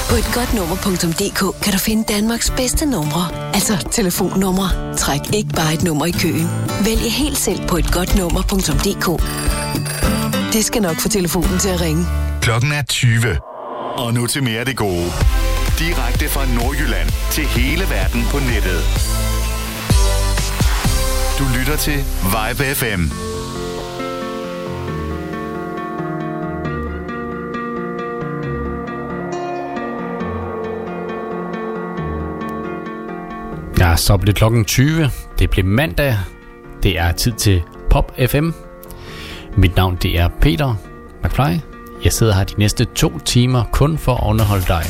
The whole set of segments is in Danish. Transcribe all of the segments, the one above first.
På et godnummer.dk kan du finde Danmarks bedste numre, altså telefonnumre. Træk ikke bare et nummer i køen. Vælg helt selv på et godnummer.dk. Det skal nok få telefonen til at ringe. Klokken er 20. Og nu til mere af det gode. Direkte fra Nordjylland til hele verden på nettet. Du lytter til Vibe FM. Ja, så blev klokken 20. Det blev mandag. Det er tid til Pop FM. Mit navn det er Peter McFly. Jeg sidder her de næste 2 timer kun for at underholde dig.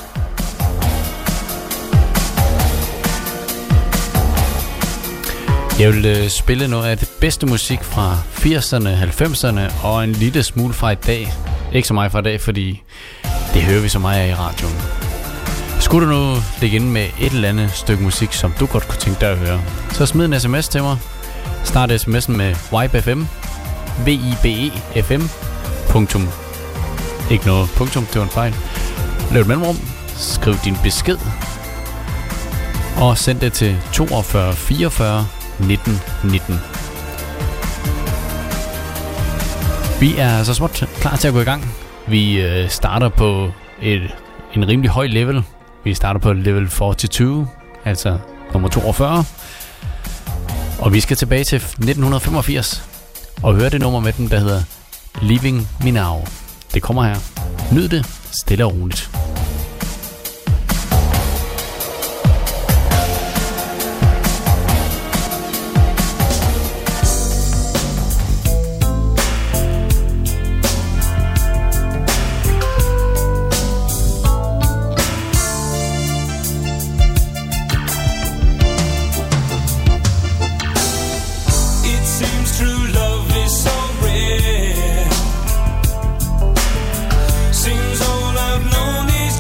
Jeg vil spille noget af det bedste musik fra 80'erne, 90'erne og en lille smule fra i dag. Ikke så meget fra i dag, fordi det hører vi så meget af i radioen. Skulle du nu ligge inde med et eller andet stykke musik, som du godt kunne tænke dig at høre, så smid en sms til mig. Start sms'en med VIBE-FM, VIBE-FM, punktum. Ikke noget punktum, det var en fejl. Lav et mellemrum, skriv din besked, og send det til 42 44 19 19. Vi er så småt klar til at gå i gang. Vi starter på en rimelig høj level. Vi starter på level 42, altså nummer 42. Og vi skal tilbage til 1985 og høre det nummer med dem, der hedder Leaving Me Now. Det kommer her. Nyd det stille og roligt. Seems all I've known is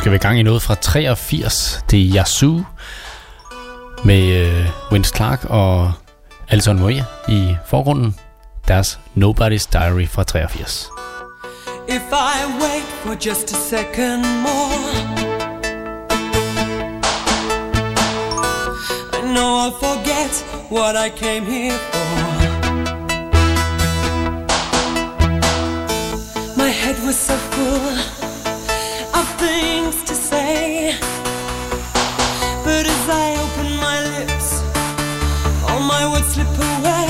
skal vi i gang i noget fra 83. Det er Yazoo med Vince Clarke og Alison Moyet i forgrunden. Deres Nobody's Diary fra 83. If I wait for just a second more, I know I'll forget what I came here for. My head was so full of things to say, but as I open my lips, all my words slip away.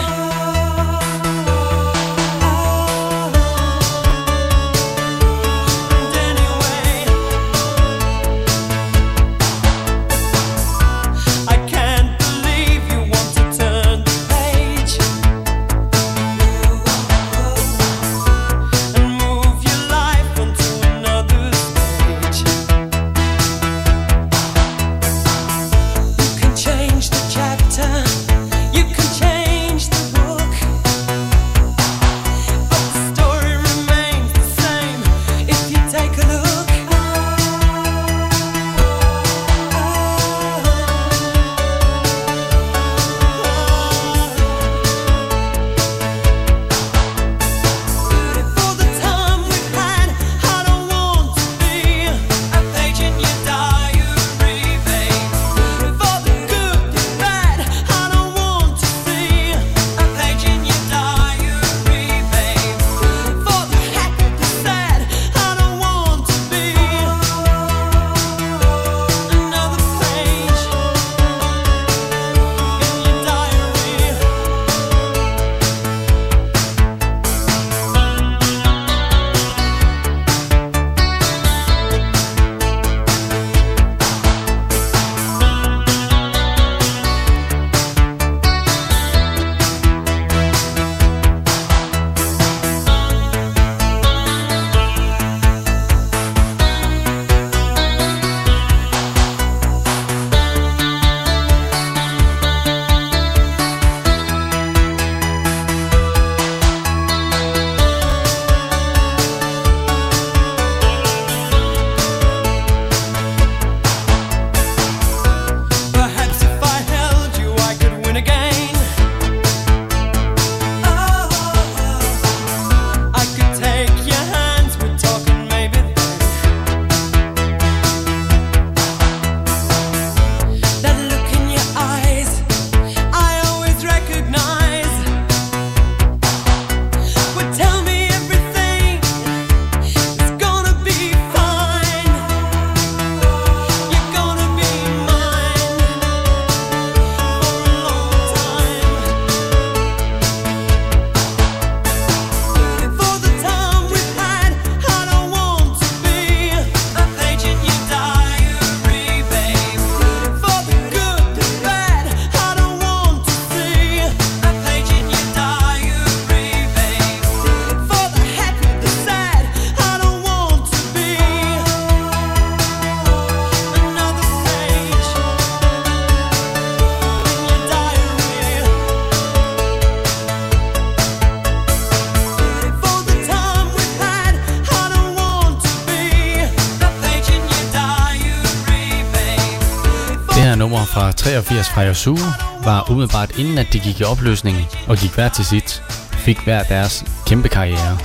Fra 83 fra Yazoo var umiddelbart inden at de gik i opløsning og gik hver til sit, fik hver deres kæmpe karriere.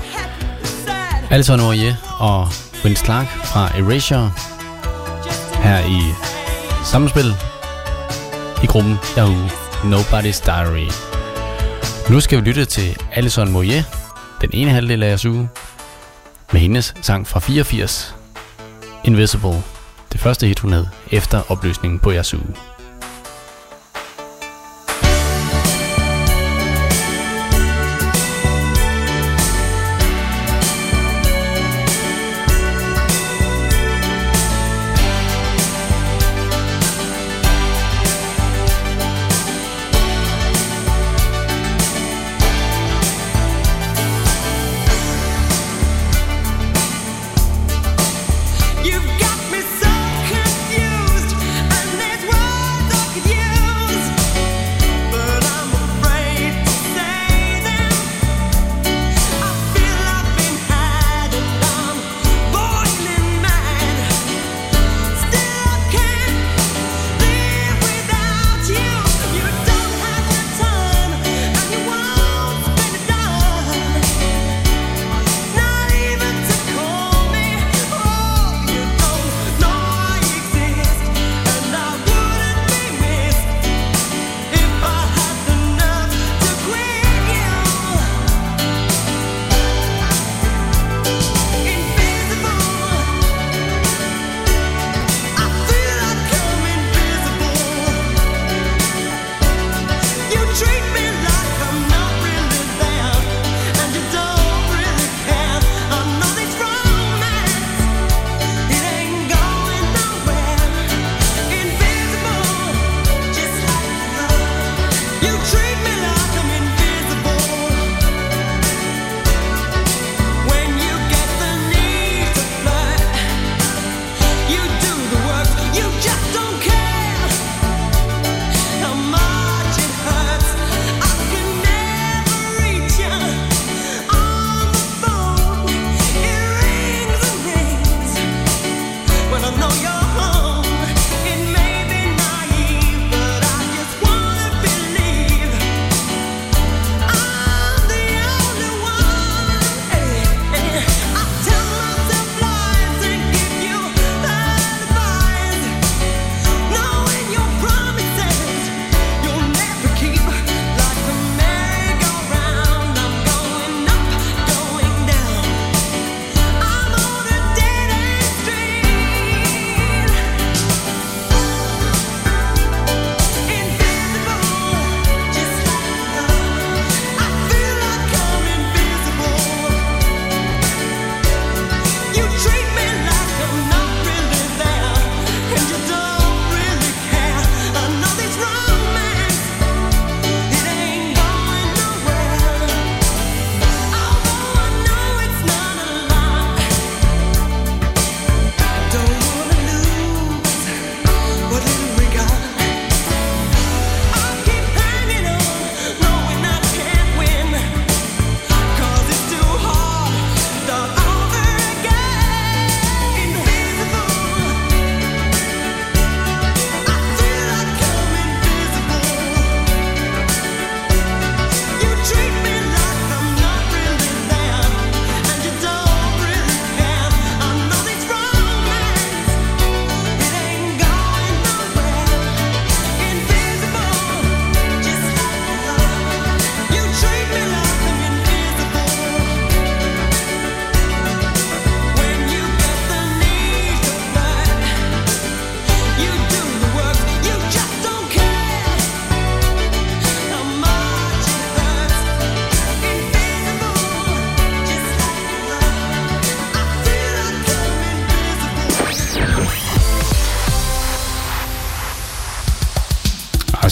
Alison Moyet og Vince Clarke fra Erasure her i sammenspil i gruppen Yazoo, Nobody's Diary. Nu skal vi lytte til Alison Moyet, den ene halvdel af Yazoo, med hendes sang fra 84, Invisible. Det første hit hun havde efter opløsningen på Yazoo. You've got me so confused, and there's one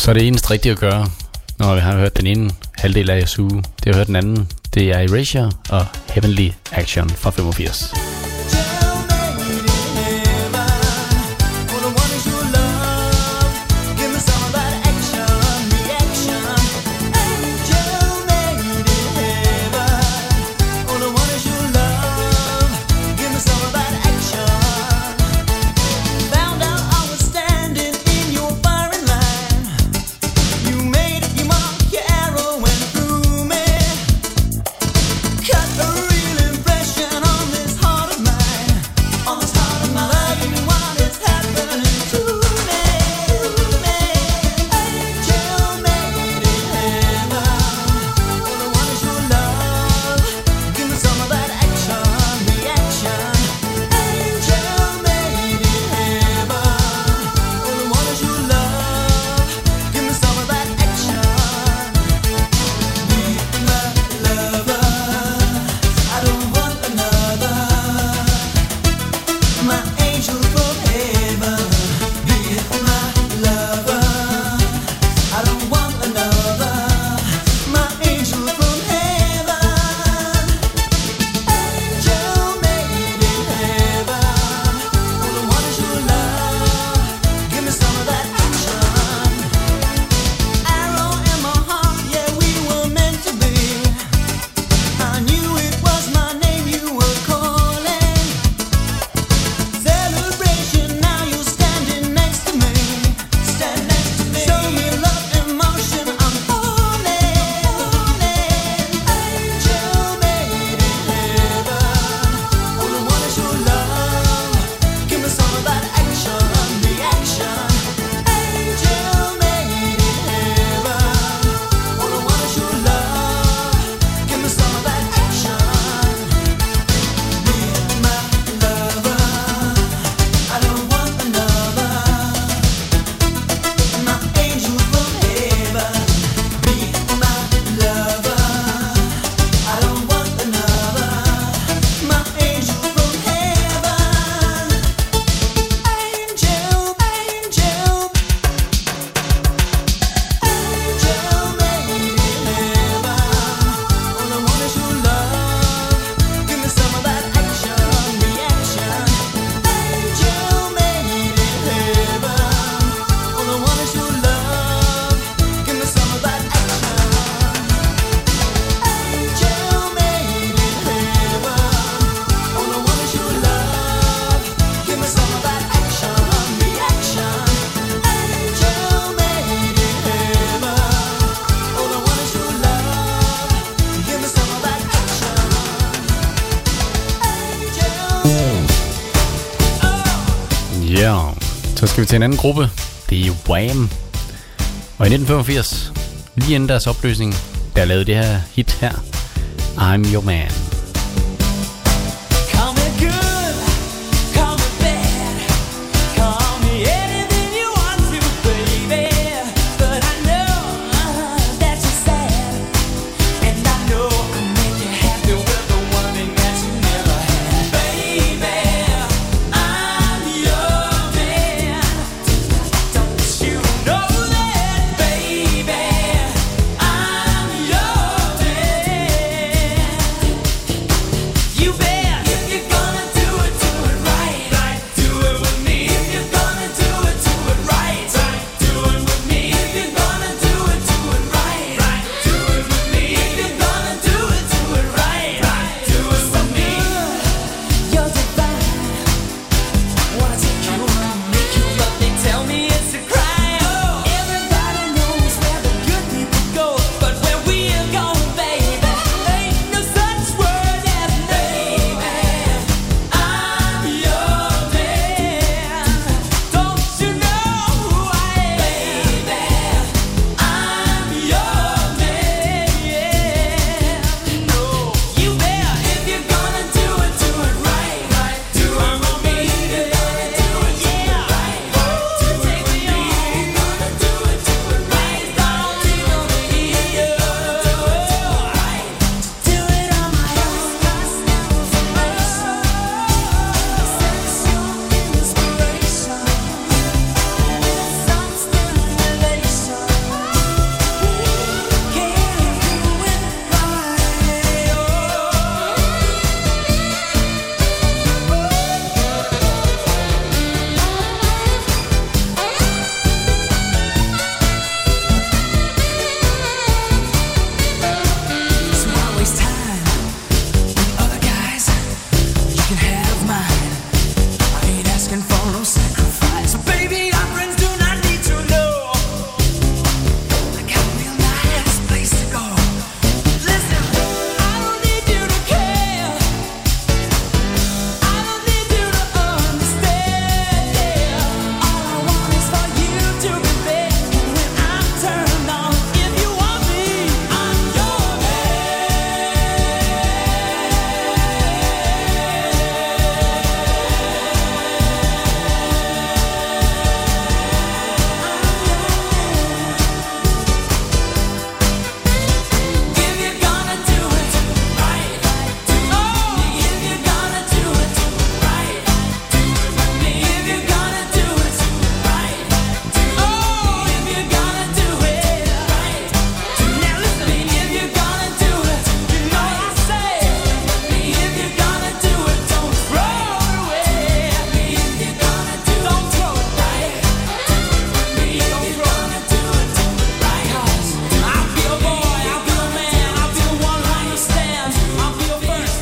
Så er det eneste rigtige at gøre, når vi har hørt den ene halvdel af Yazoo. Det har hørt den anden. Det er Erasure og Heavenly Action fra 85. Så skal vi til en anden gruppe. Det er Wham. Og i 1985, lige inden deres opløsning, der lavede det her hit her, I'm Your Man.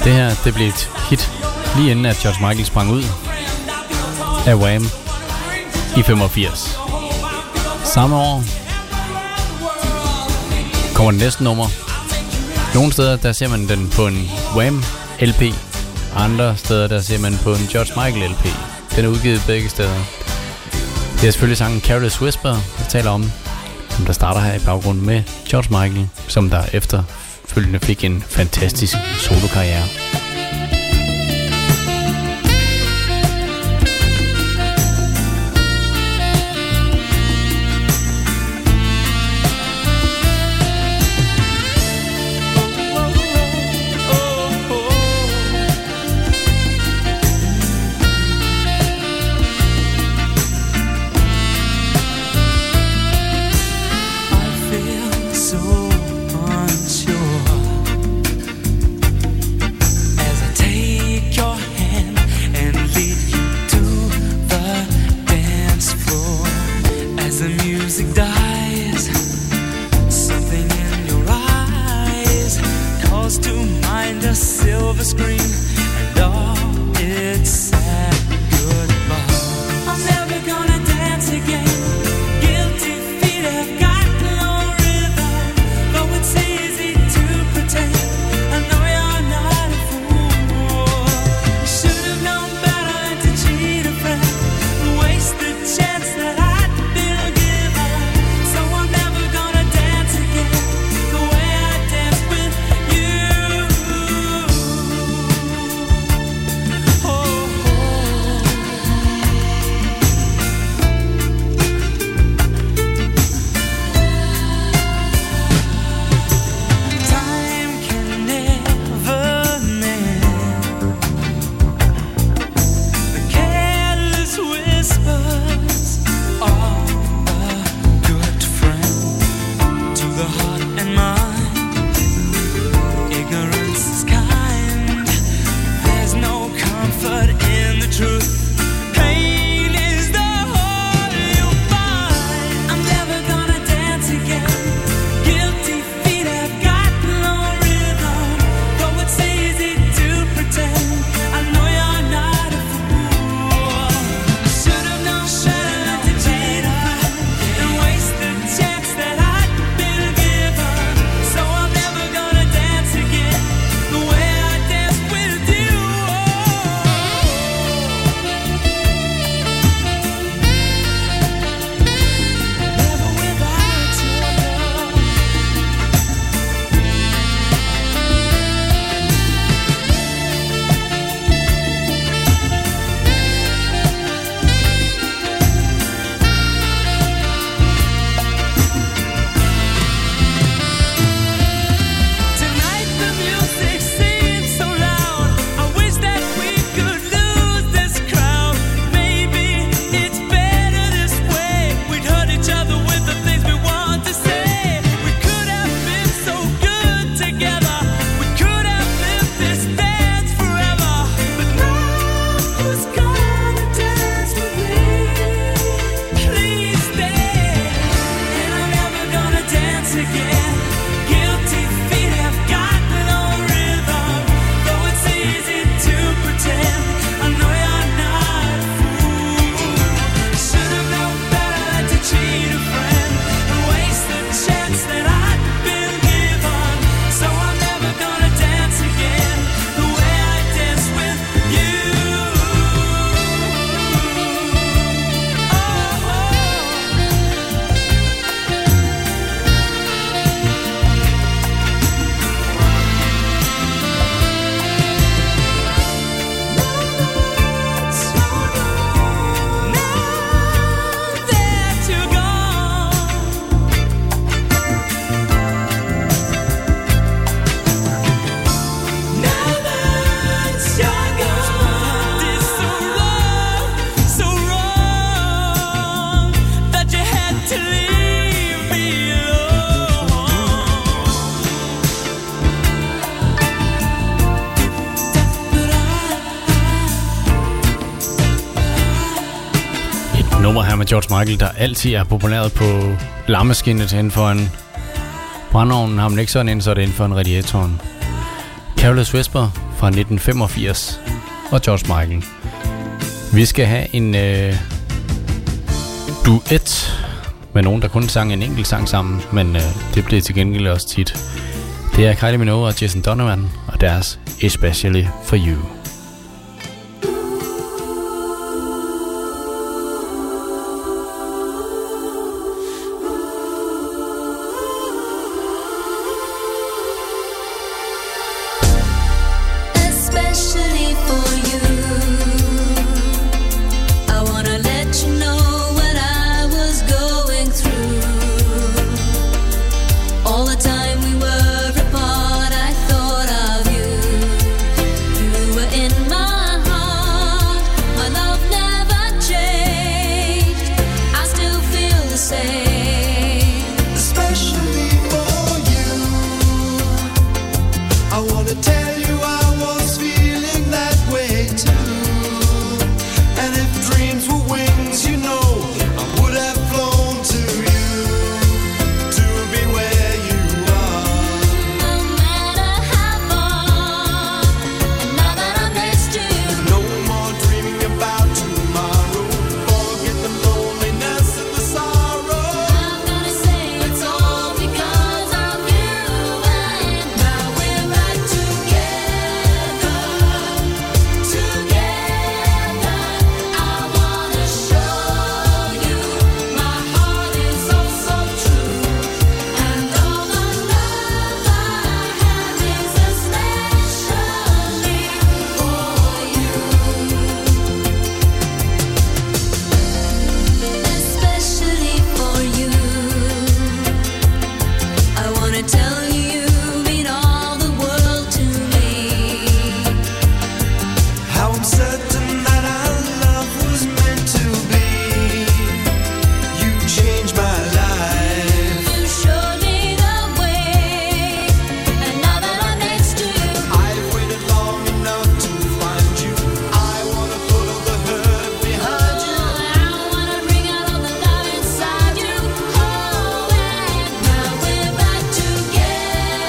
Det her, det blev et hit lige inden at George Michael sprang ud af Wham i 85. Samme år kommer den næste nummer. Nogle steder, der ser man den på en Wham LP. Andre steder, der ser man på en George Michael LP. Den er udgivet begge steder. Det er selvfølgelig sangen Careless Whisper, jeg taler om, som der starter her i baggrunden med George Michael, som der efterfølgende fik en fantastisk solokarriere. nummer her med George Michael, der altid er populært på lammeskinnet inden for en brændeovnen. Har man ikke sådan ind, så er det inden for en radiatoren. Careless Whisper fra fra 1985 og George Michael. Vi skal have en duet med nogen, der kun sang en enkelt sang sammen, men det blev til gengæld også tit. Det er Kylie Minogue og Jason Donovan og deres Especially For You.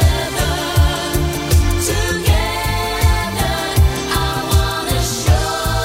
Show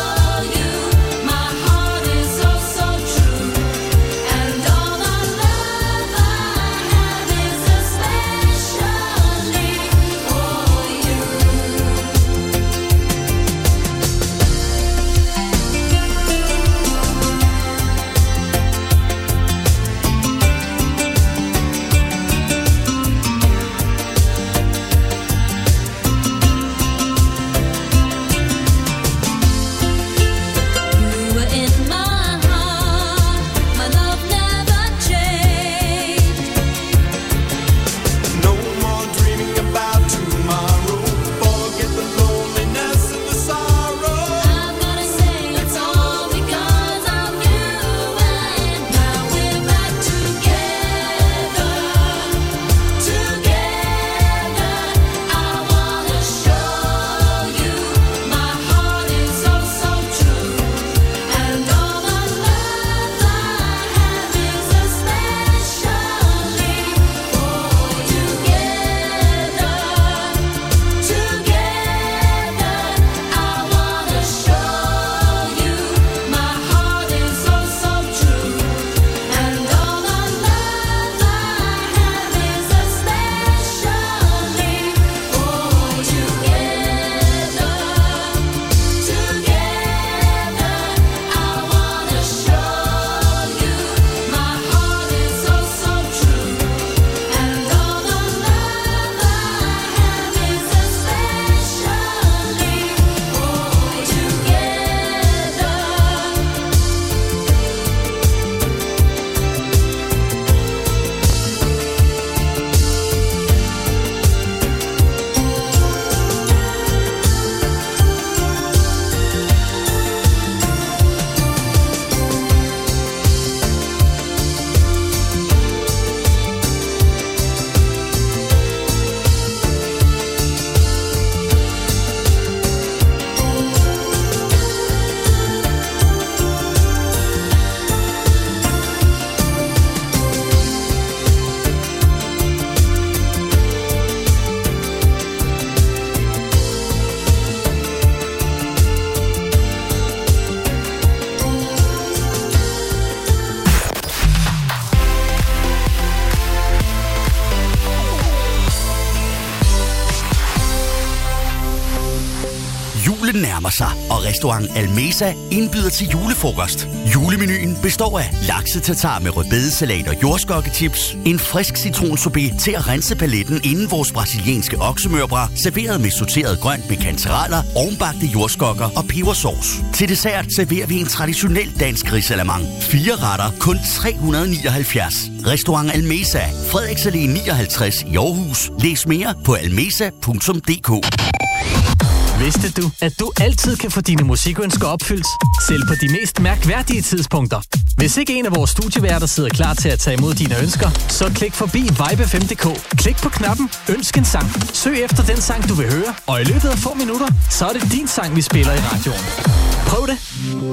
nærmer sig, og restaurant Almesa indbyder til julefrokost. Julemenuen består af laksetatar med rødbedesalat og jordskokkechips, en frisk citronsorbet til at rense paletten inden vores brasilianske oksemørbrad, serveret med sorteret grønt med kantereller, ovenbagte jordskokker og pebersauce. Til dessert serverer vi en traditionel dansk risalamande. 4 retter, kun 379. Restaurant Almesa, Frederiks Allé 59 i Aarhus. Læs mere på almesa.dk. Vidste du, at du altid kan få dine musikønsker opfyldt, selv på de mest mærkværdige tidspunkter? Hvis ikke en af vores studieværter sidder klar til at tage imod dine ønsker, så klik forbi vibe5.dk. Klik på knappen Ønsk en sang. Søg efter den sang, du vil høre, og i løbet af få minutter, så er det din sang, vi spiller i radioen. Prøv det!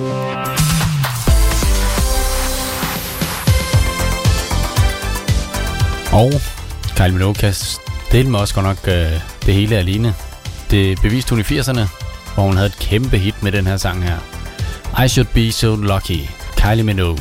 Og Kylie Minogue kan dele med os godt nok det hele alene. Det beviste hun i 80'erne, hvor hun havde et kæmpe hit med den her sang her. I Should Be So Lucky, Kylie Minogue.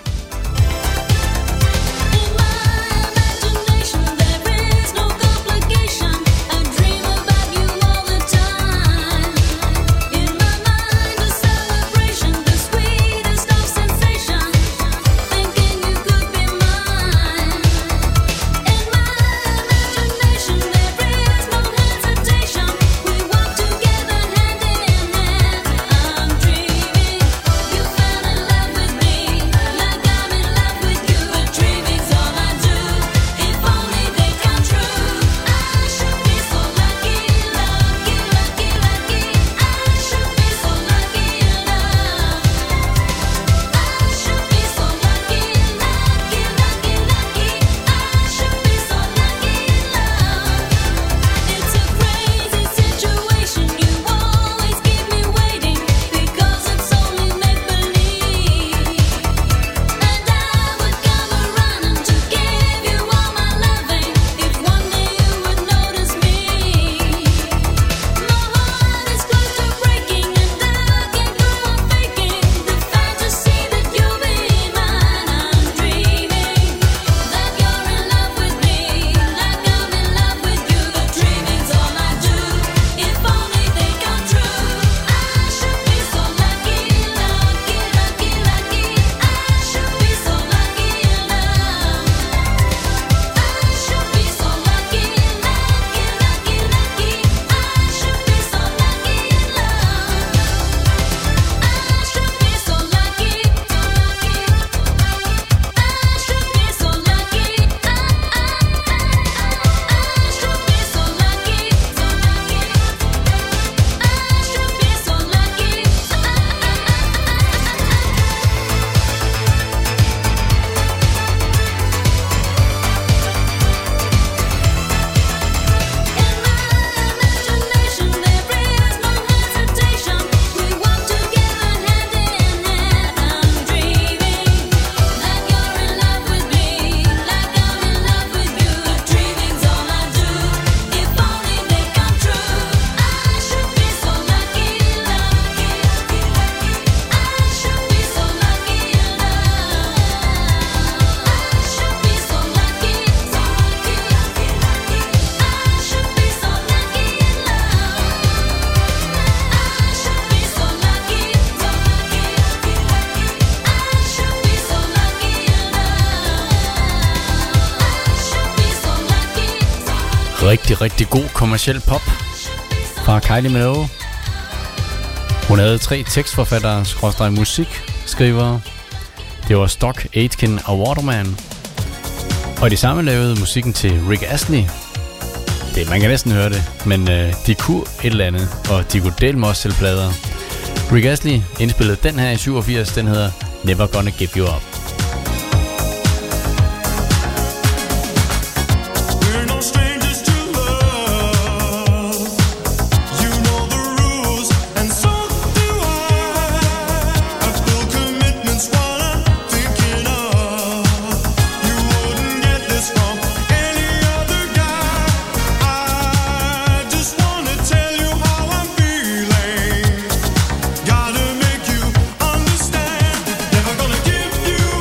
Rigtig god kommerciel pop fra Kylie Minogue. Hun havde 3 tekstforfattere, musikskrivere. Det var Stock, Aitken og Waterman. Og de samme lavede musikken til Rick Astley. Man kan næsten høre det, men de kunne et eller andet, og de kunne dele med os selv plader. Rick Astley indspillede den her i 87, den hedder Never Gonna Give You Up. Gonna make you understand. Never gonna give you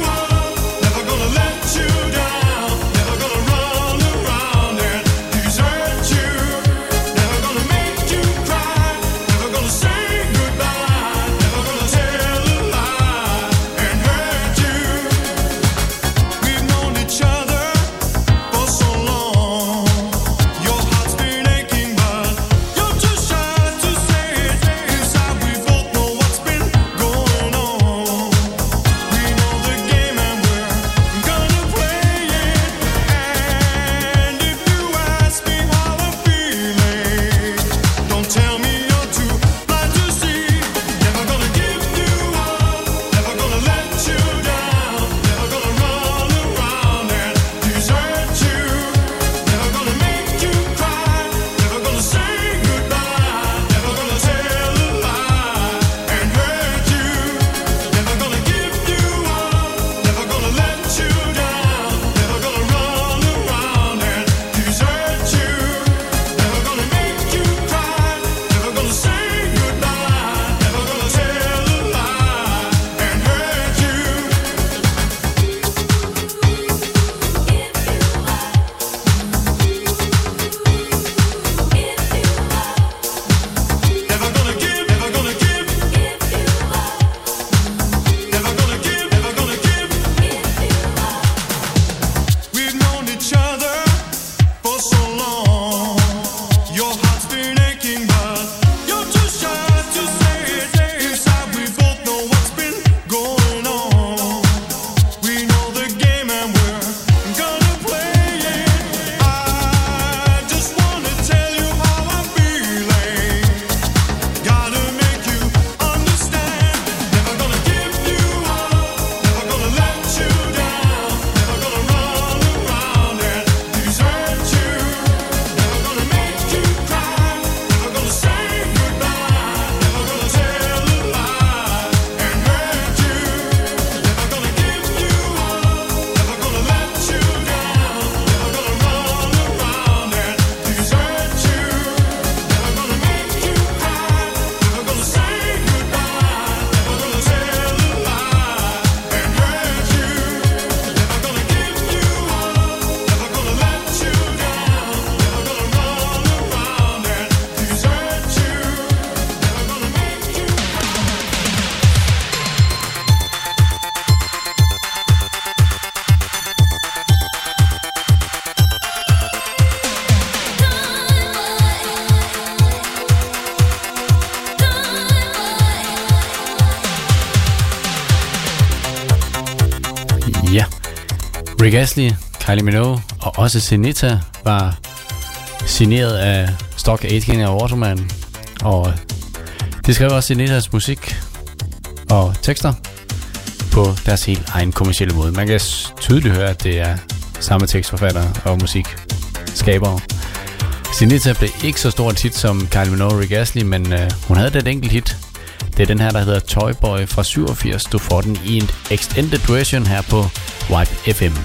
Rick Astley, Kylie Minogue og også Zenita var signeret af Stock Aitken og Waterman. Og de skrev også Zenitas musik og tekster på deres helt egen kommercielle måde. Man kan tydeligt høre, at det er samme tekstforfattere og musikskabere. Zenita blev ikke så stor et hit som Kylie Minogue og Rick Astley, men hun havde et enkelt hit. Det er den her, der hedder Toy Boy fra 87. Du får den i en extended version her på Vibe FM.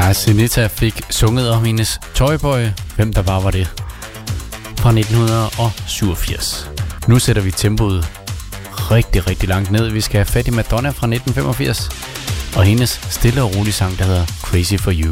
Sinita fik sunget om hendes Toyboy. Hvem der var det? Fra 1987. Nu sætter vi tempoet rigtig, rigtig langt ned. Vi skal have fat i Madonna fra 1985. Og hendes stille og rolige sang, der hedder Crazy for You.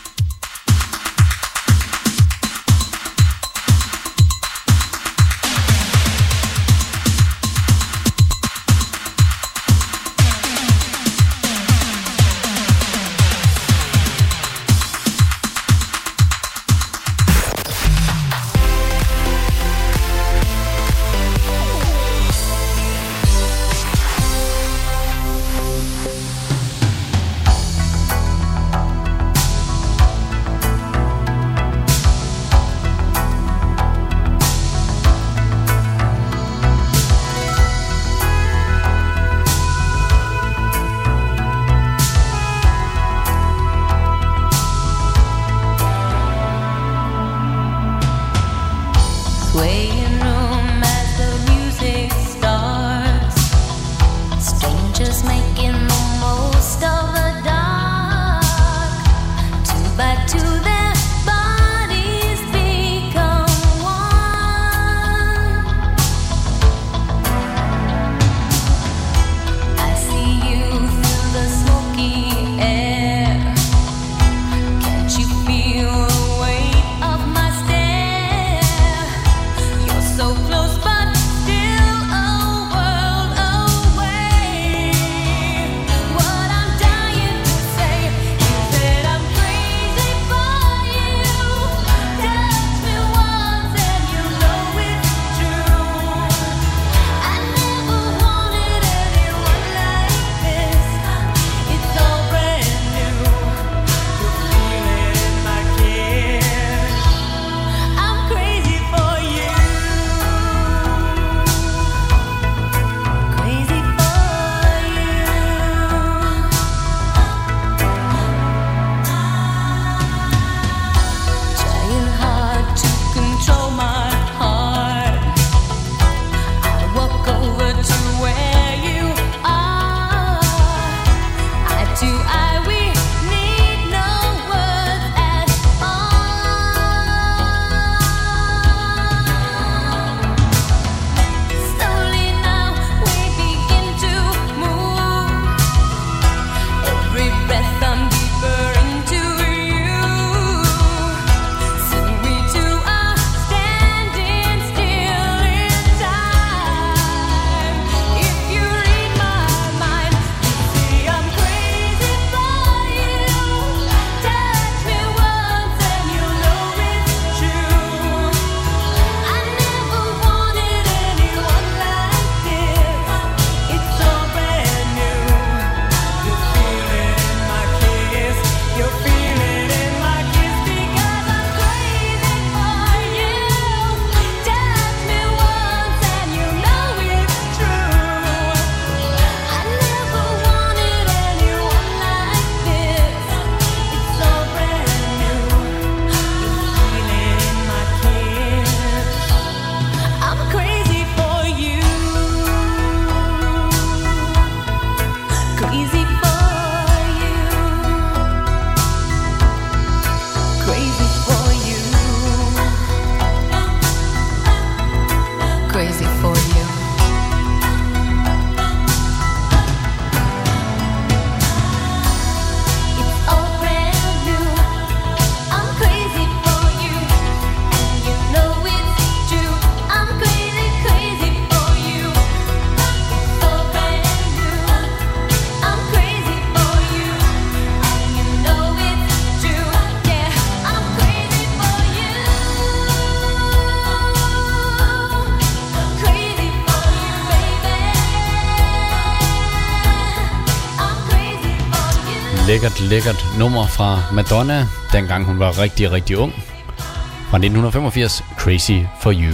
Lækkert nummer fra Madonna, dengang hun var rigtig, rigtig ung. Fra 1985, Crazy for You.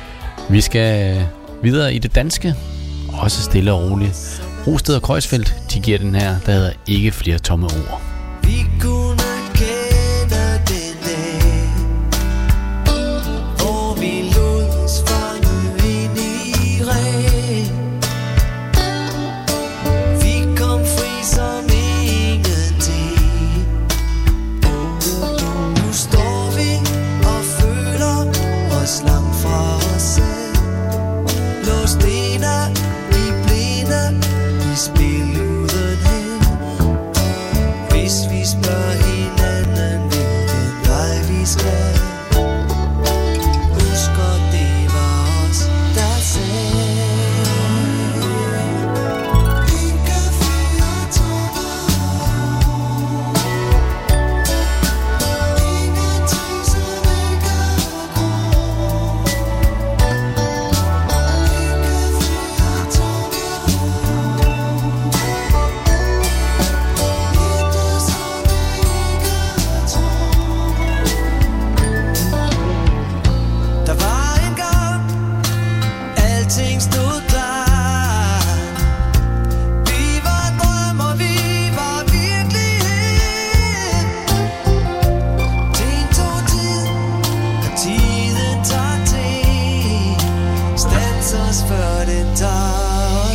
Vi skal videre i det danske, også stille og roligt. Rosted og Kreuzfeldt, de giver den her, der hedder Ikke flere tomme ord. Vi kunne kende den dag, hvor vi lod os fange ind i regn. Vi kom fri som ingenting,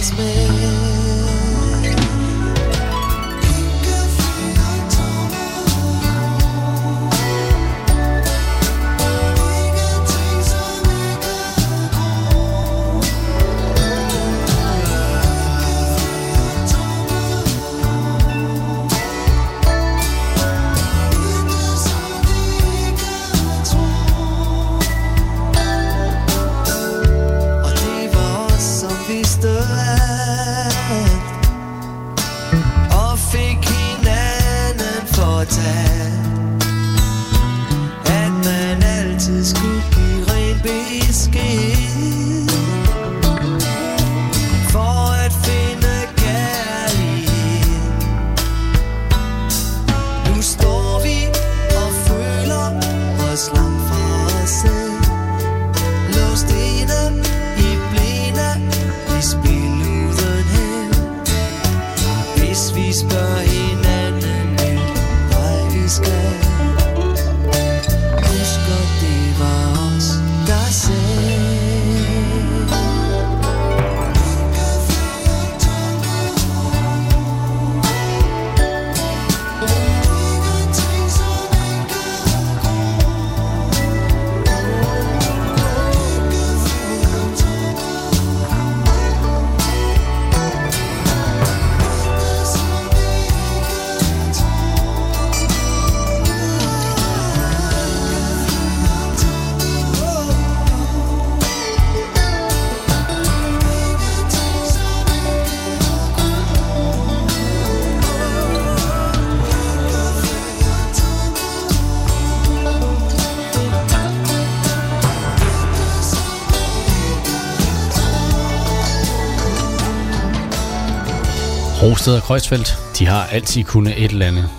Rosted og Kreuzfeldt, de har altid kunnet et eller andet.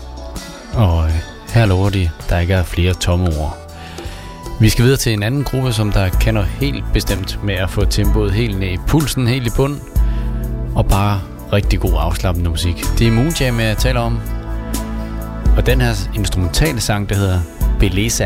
Og her lover de, der ikke er flere tomme ord. Vi skal videre til en anden gruppe, som der kender helt bestemt med at få tempoet helt ned i pulsen, helt i bund. Og bare rigtig god afslappende musik. Det er Moonjam, jeg taler om. Og den her instrumentale sang, der hedder Beleza.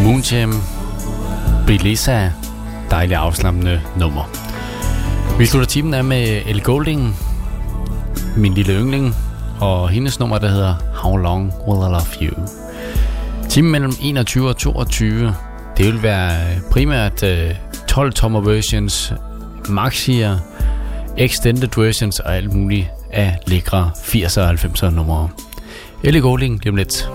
Moonjam, Belisa, dejligt afslappende nummer. Vi slutter timen af med Ellie Goulding, min lille yndling, og hendes nummer, der hedder How Long Will I Love You. Timen mellem 21 og 22, det vil være primært 12-tommer versions, maxier, extended versions og alt muligt af lækre 80'er og 90'er numre. Ellie Goulding, lige om lidt.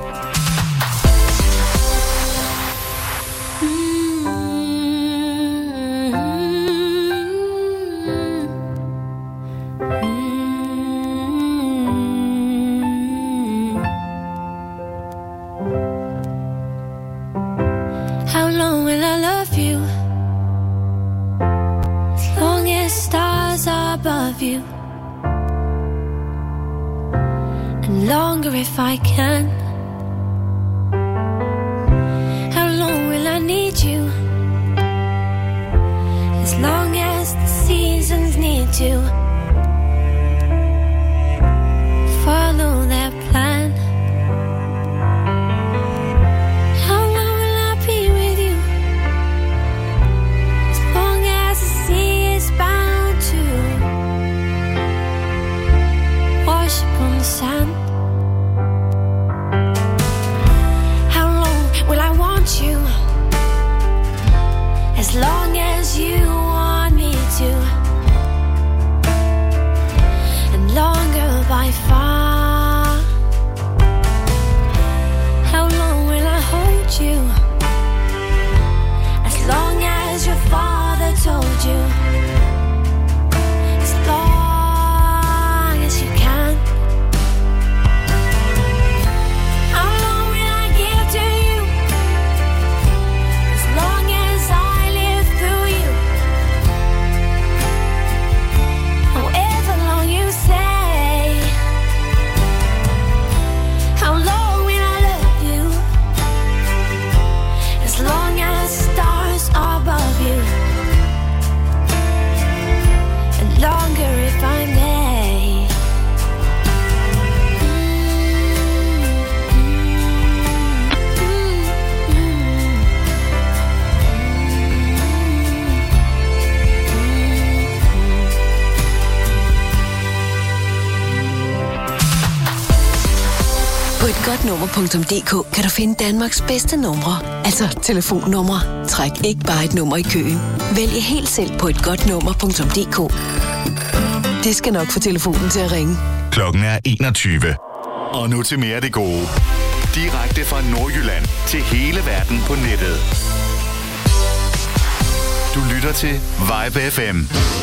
If I can, how long will I need you? As long as the seasons need to follow their plan. How long will I be with you? As long as the sea is bound to wash upon the sand. You as long as you want me to, and longer by far. How long will I hold you? As long as your father told you, as long as you can. Godnummer.dk kan du finde Danmarks bedste numre, altså telefonnumre. Træk ikke bare et nummer i køen. Vælg helt selv på et godnummer.dk. Det skal nok få telefonen til at ringe. Klokken er 21. Og nu til mere af det gode. Direkte fra Nordjylland til hele verden på nettet. Du lytter til Vibe FM.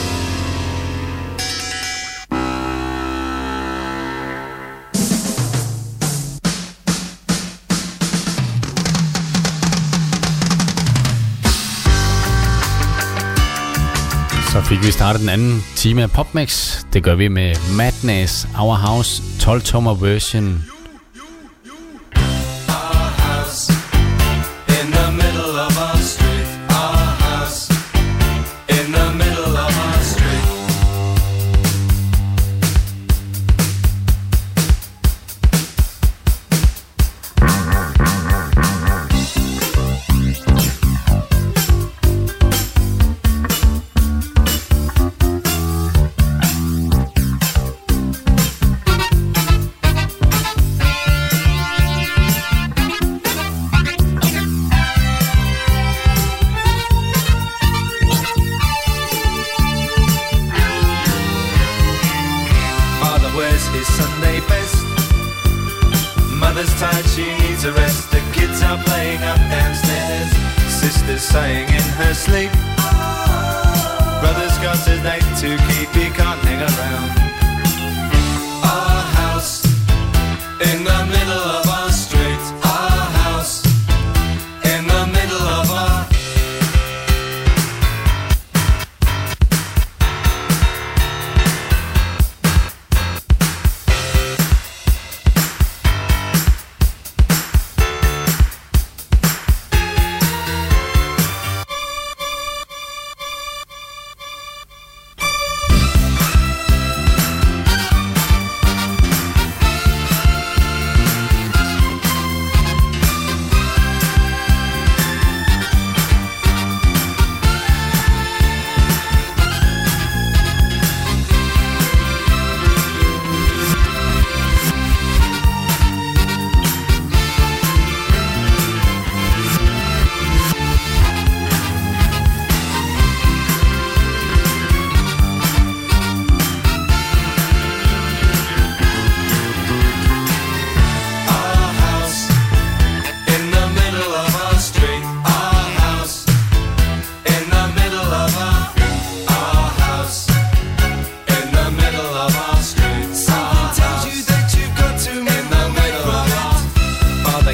Så fik vi startet den anden time af PopMix. Det gør vi med Madness, Our House, 12-tommer version.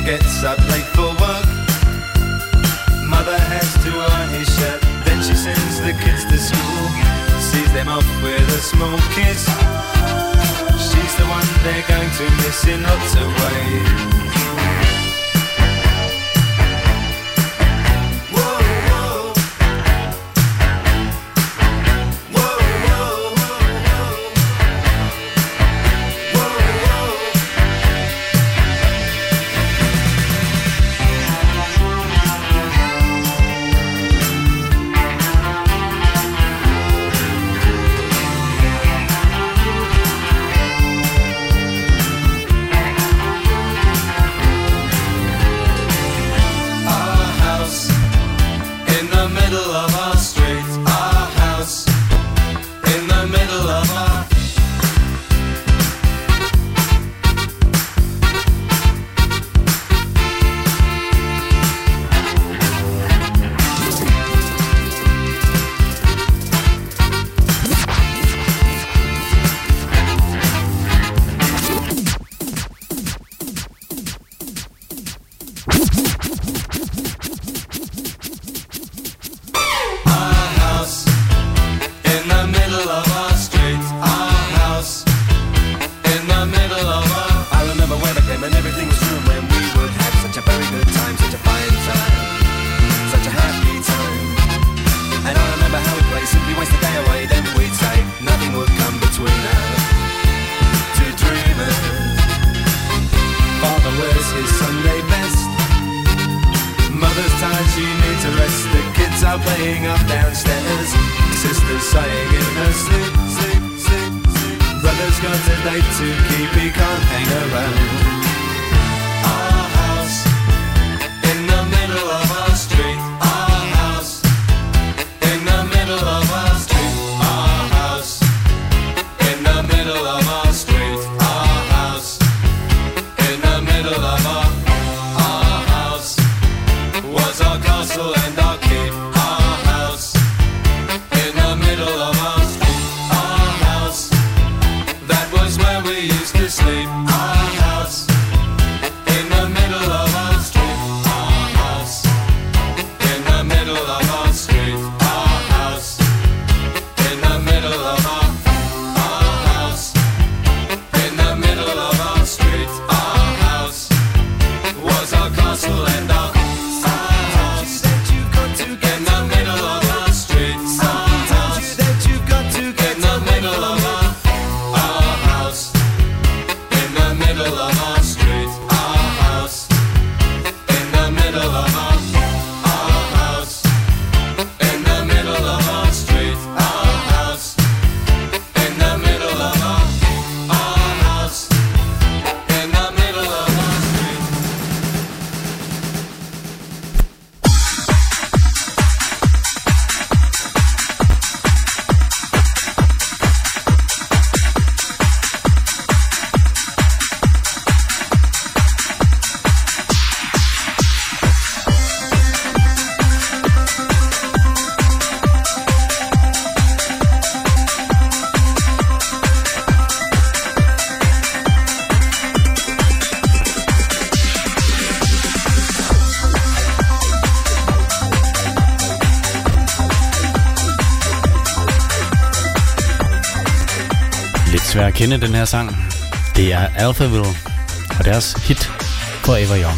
gets up late for work. Mother has to iron his shirt. Then she sends the kids to school, sees them off with a small kiss. She's the one they're going to miss in lots of ways. Svær at kende den her sang. Det er Alphaville og deres hit Forever Young.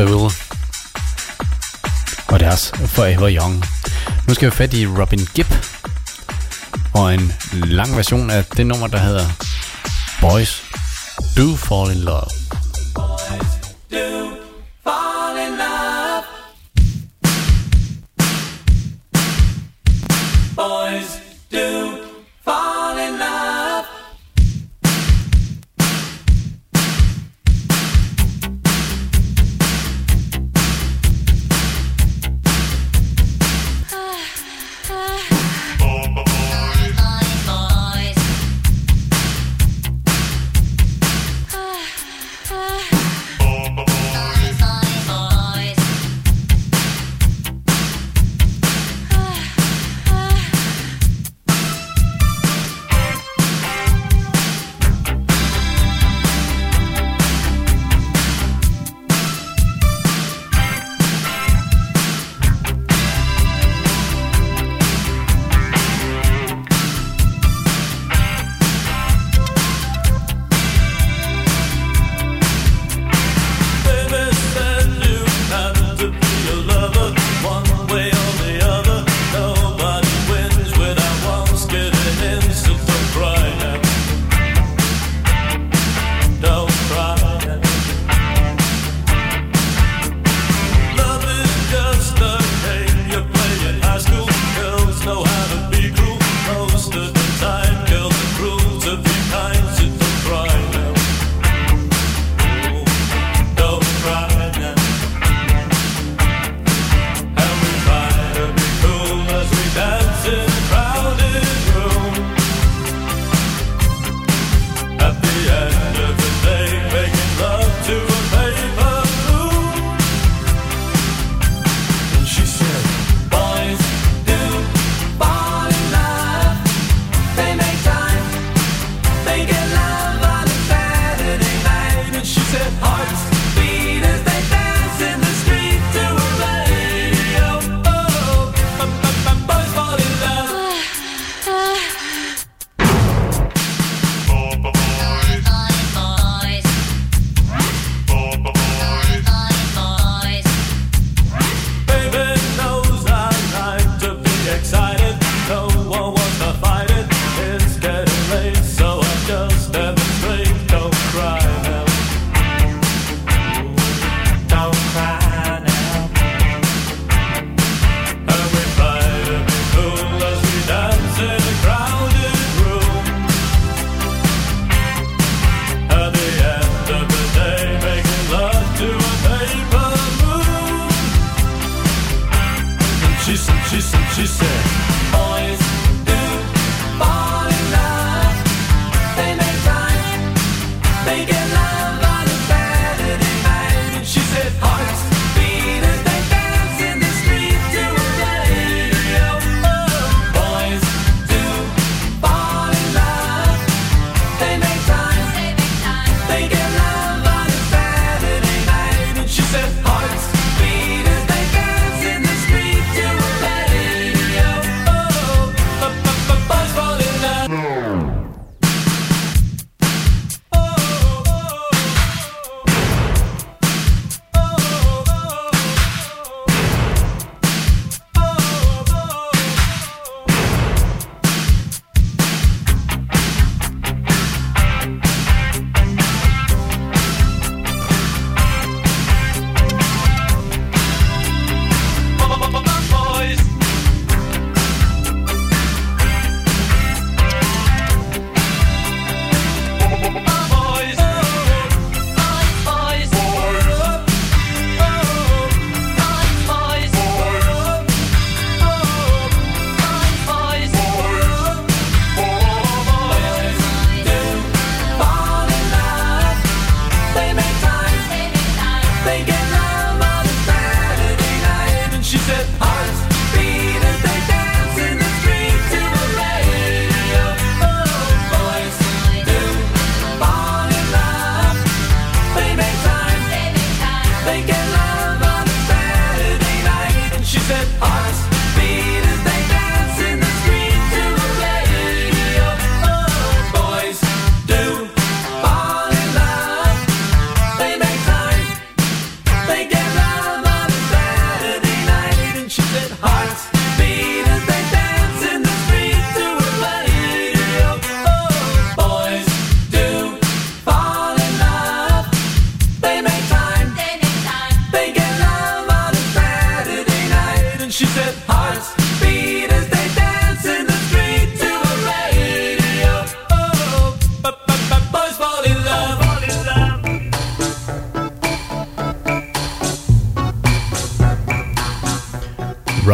Seville. Og deres Forever Young. Nu skal vi fat i Robin Gibb. Og en lang version af det nummer, der hedder Boys Do Fall in Love. Boys do fall in love.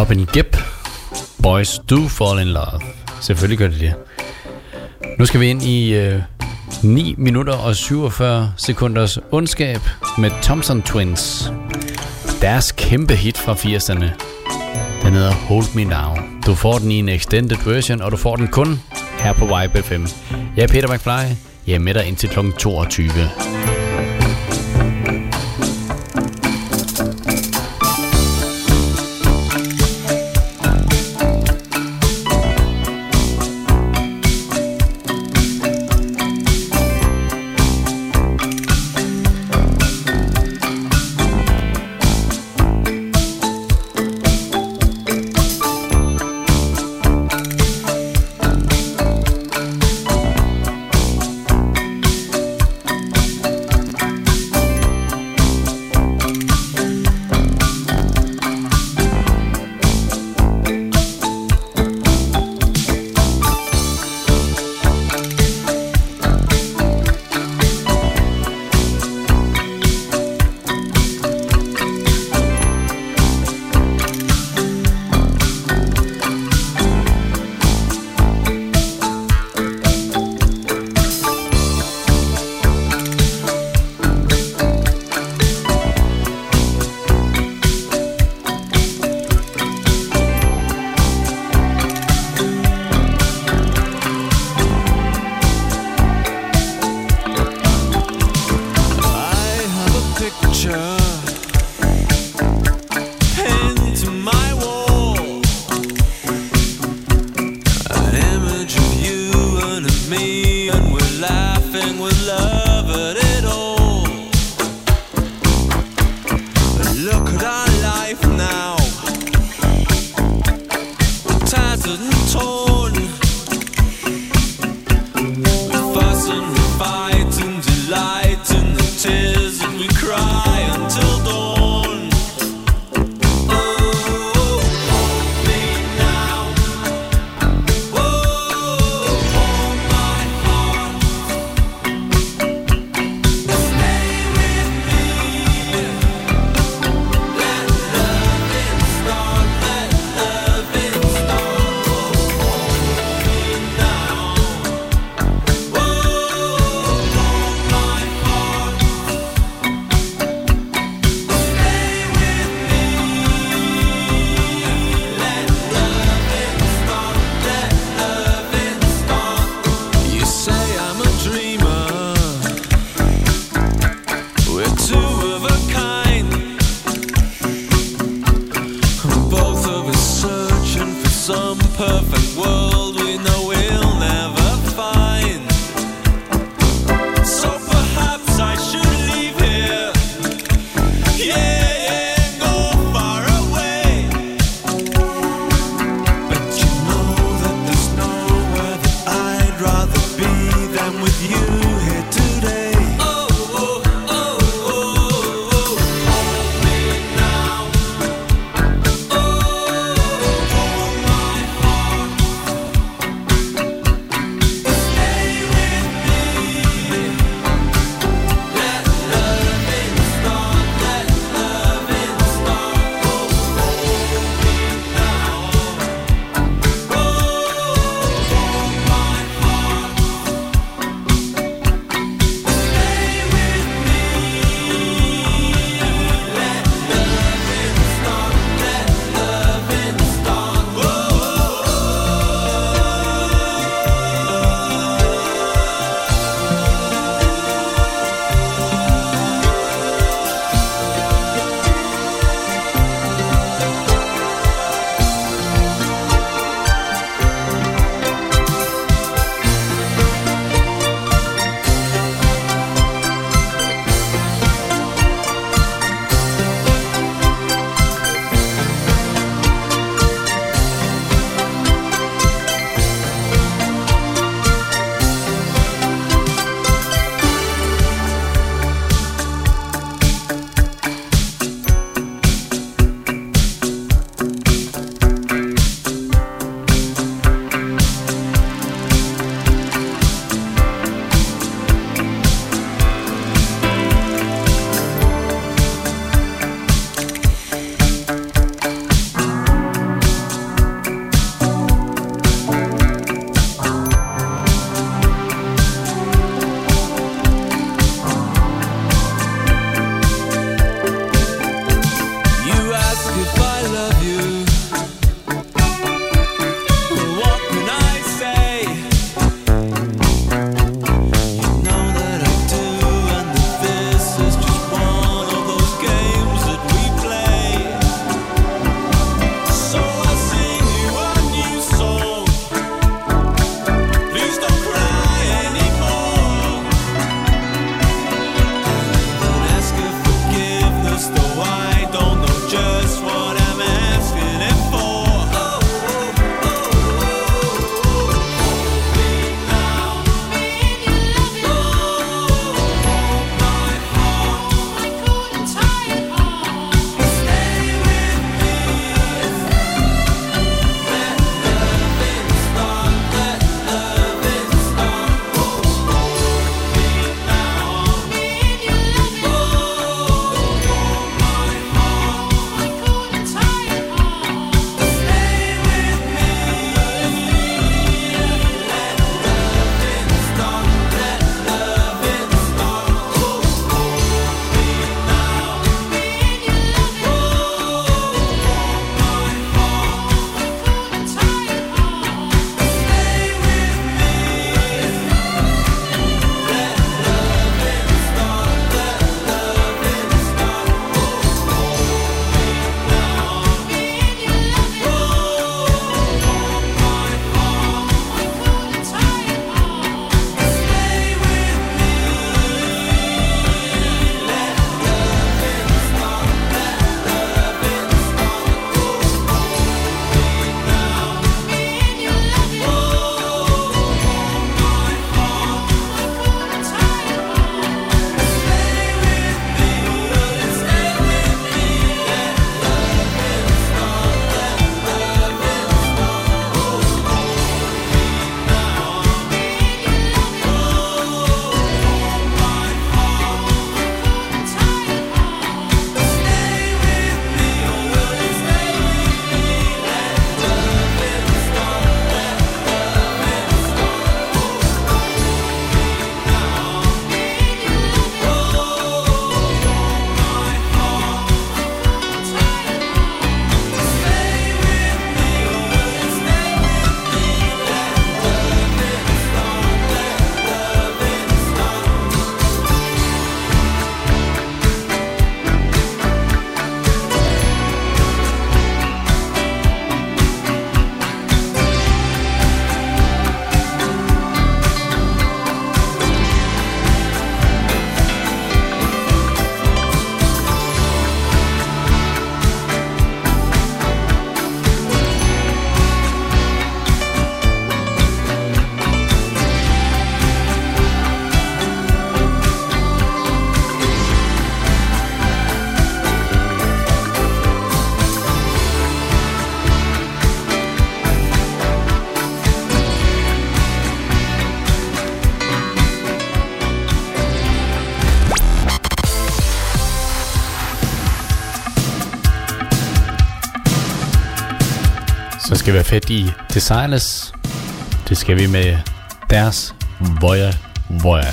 Robin Gibb, Boys Do Fall in Love. Selvfølgelig gør det det. Nu skal vi ind i 9 minutter og 47 sekunders ondskab med Thompson Twins. Deres kæmpe hit fra 80'erne. Den hedder Hold Me Now. Du får den i en extended version, og du får den kun her på Vibe FM. Jeg er Peter McFly. Jeg er med dig indtil kl. 22. skal være fedt i Desireless. Det skal vi med deres Voya Voya.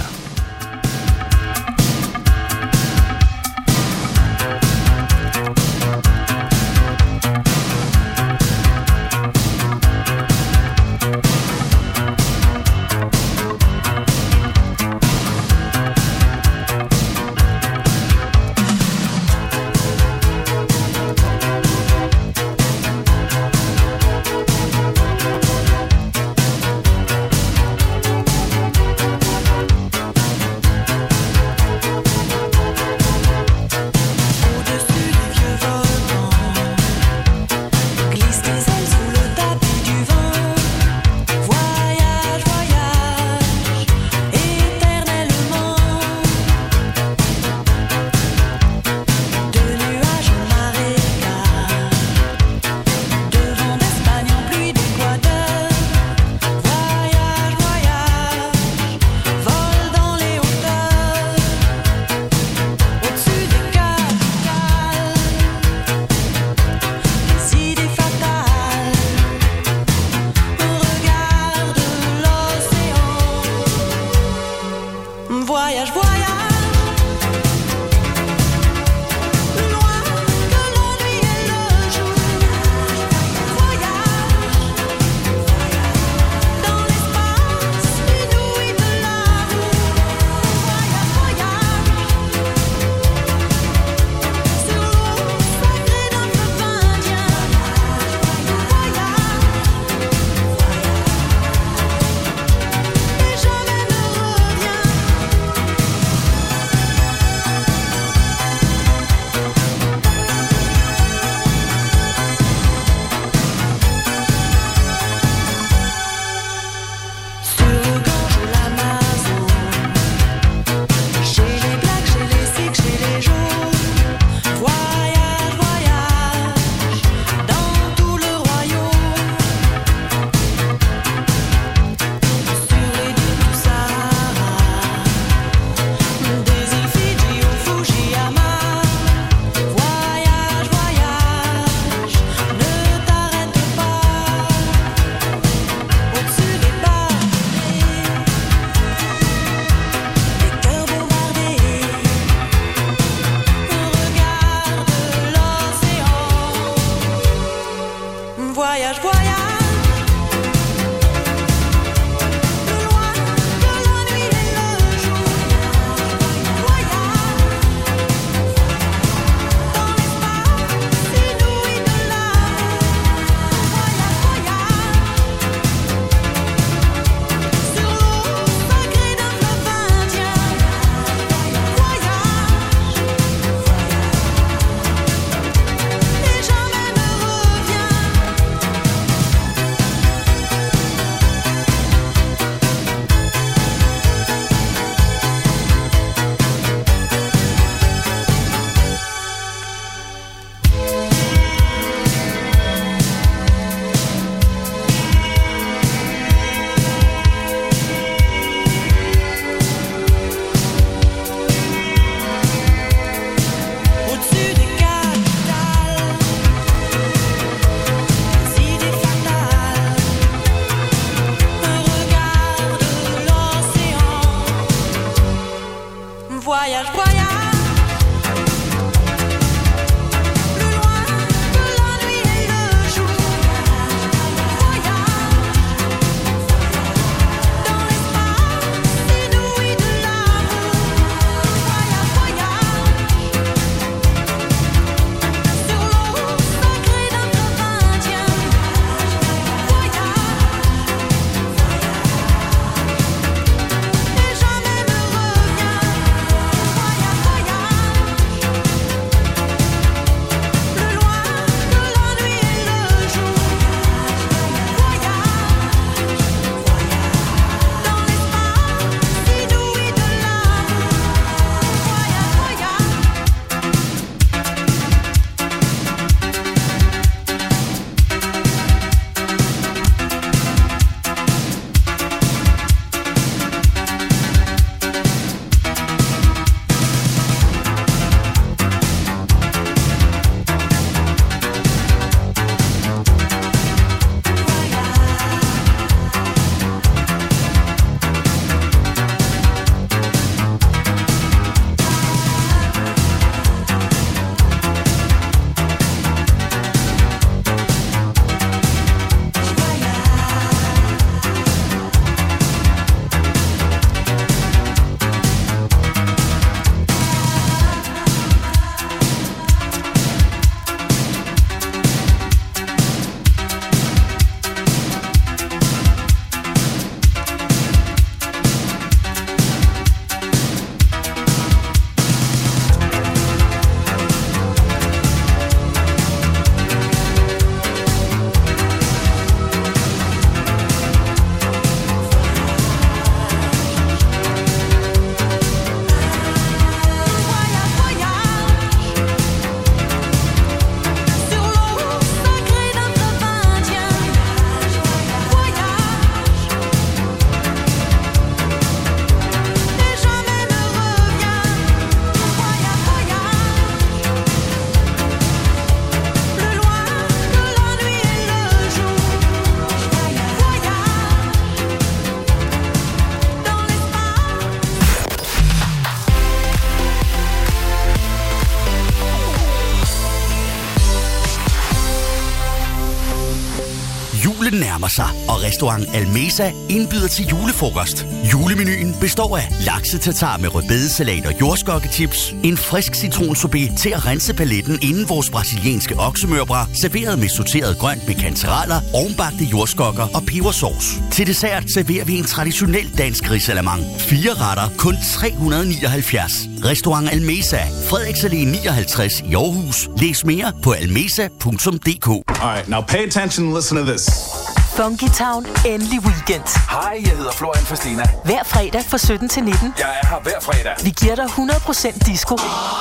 nærmer sig, og restaurant Almesa indbyder til julefrokost. Julemenuen består af lakse-tartar med rødbedesalat og jordskokkechips, en frisk citronsorbet til at rense paletten inden vores brasilianske oksemørbrad, serveret med sorteret grønt med kantereller, ovenbagte jordskokker og pebersauce. Til dessert serverer vi en traditionel dansk risalamande. 4 retter, kun 379. Restaurant Almesa, Frederiks Allé 59 i Aarhus. Læs mere på almesa.dk. Alright, now pay attention and listen to this. Funky Town, endelig weekend. Hej, jeg hedder Florian Fastina. Hver fredag fra 17 til 19. Jeg er her hver fredag. Vi giver dig 100% disco.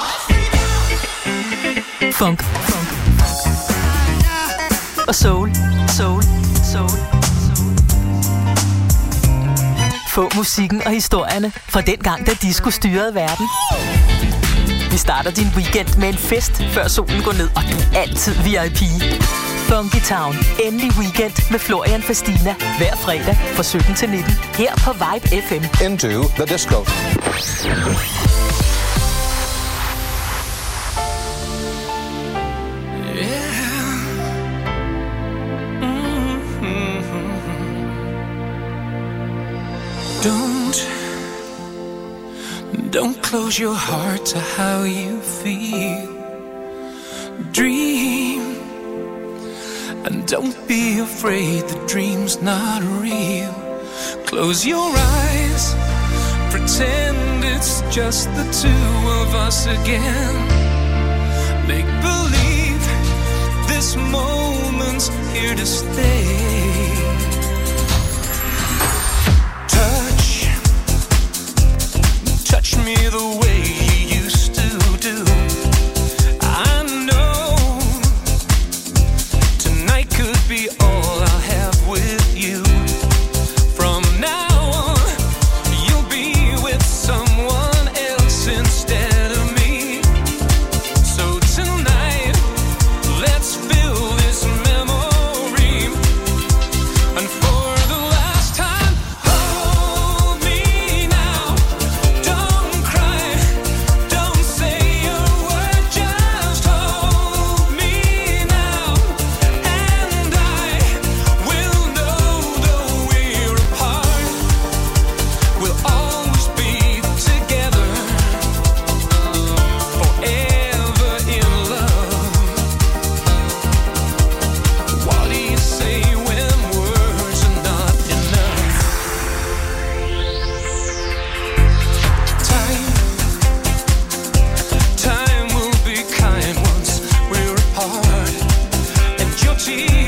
Funk. Og soul. Få musikken og historierne fra den gang, da disco styrede verden. Vi starter din weekend med en fest, før solen går ned, og du er altid VIP. Funky Town, endelig weekend med Florian Fastina. Hver fredag fra 17 til 19. Her på Vibe FM. Into the disco. Don't close your heart to how you feel. Dream, and don't be afraid the dream's not real. Close your eyes, pretend it's just the two of us again. Make believe this moment's here to stay. Touch me the way you used to do. I know tonight could be all I'll have with you. From now on, you'll be with someone else instead of me. So tonight, let's fill this memory. And for the last time, hold me now. Don't cry, don't say a word, just hold me now. And I will know though we're apart, we'll always be together, forever in love. What do you say when words are not enough? Time will be kind once we're apart. And your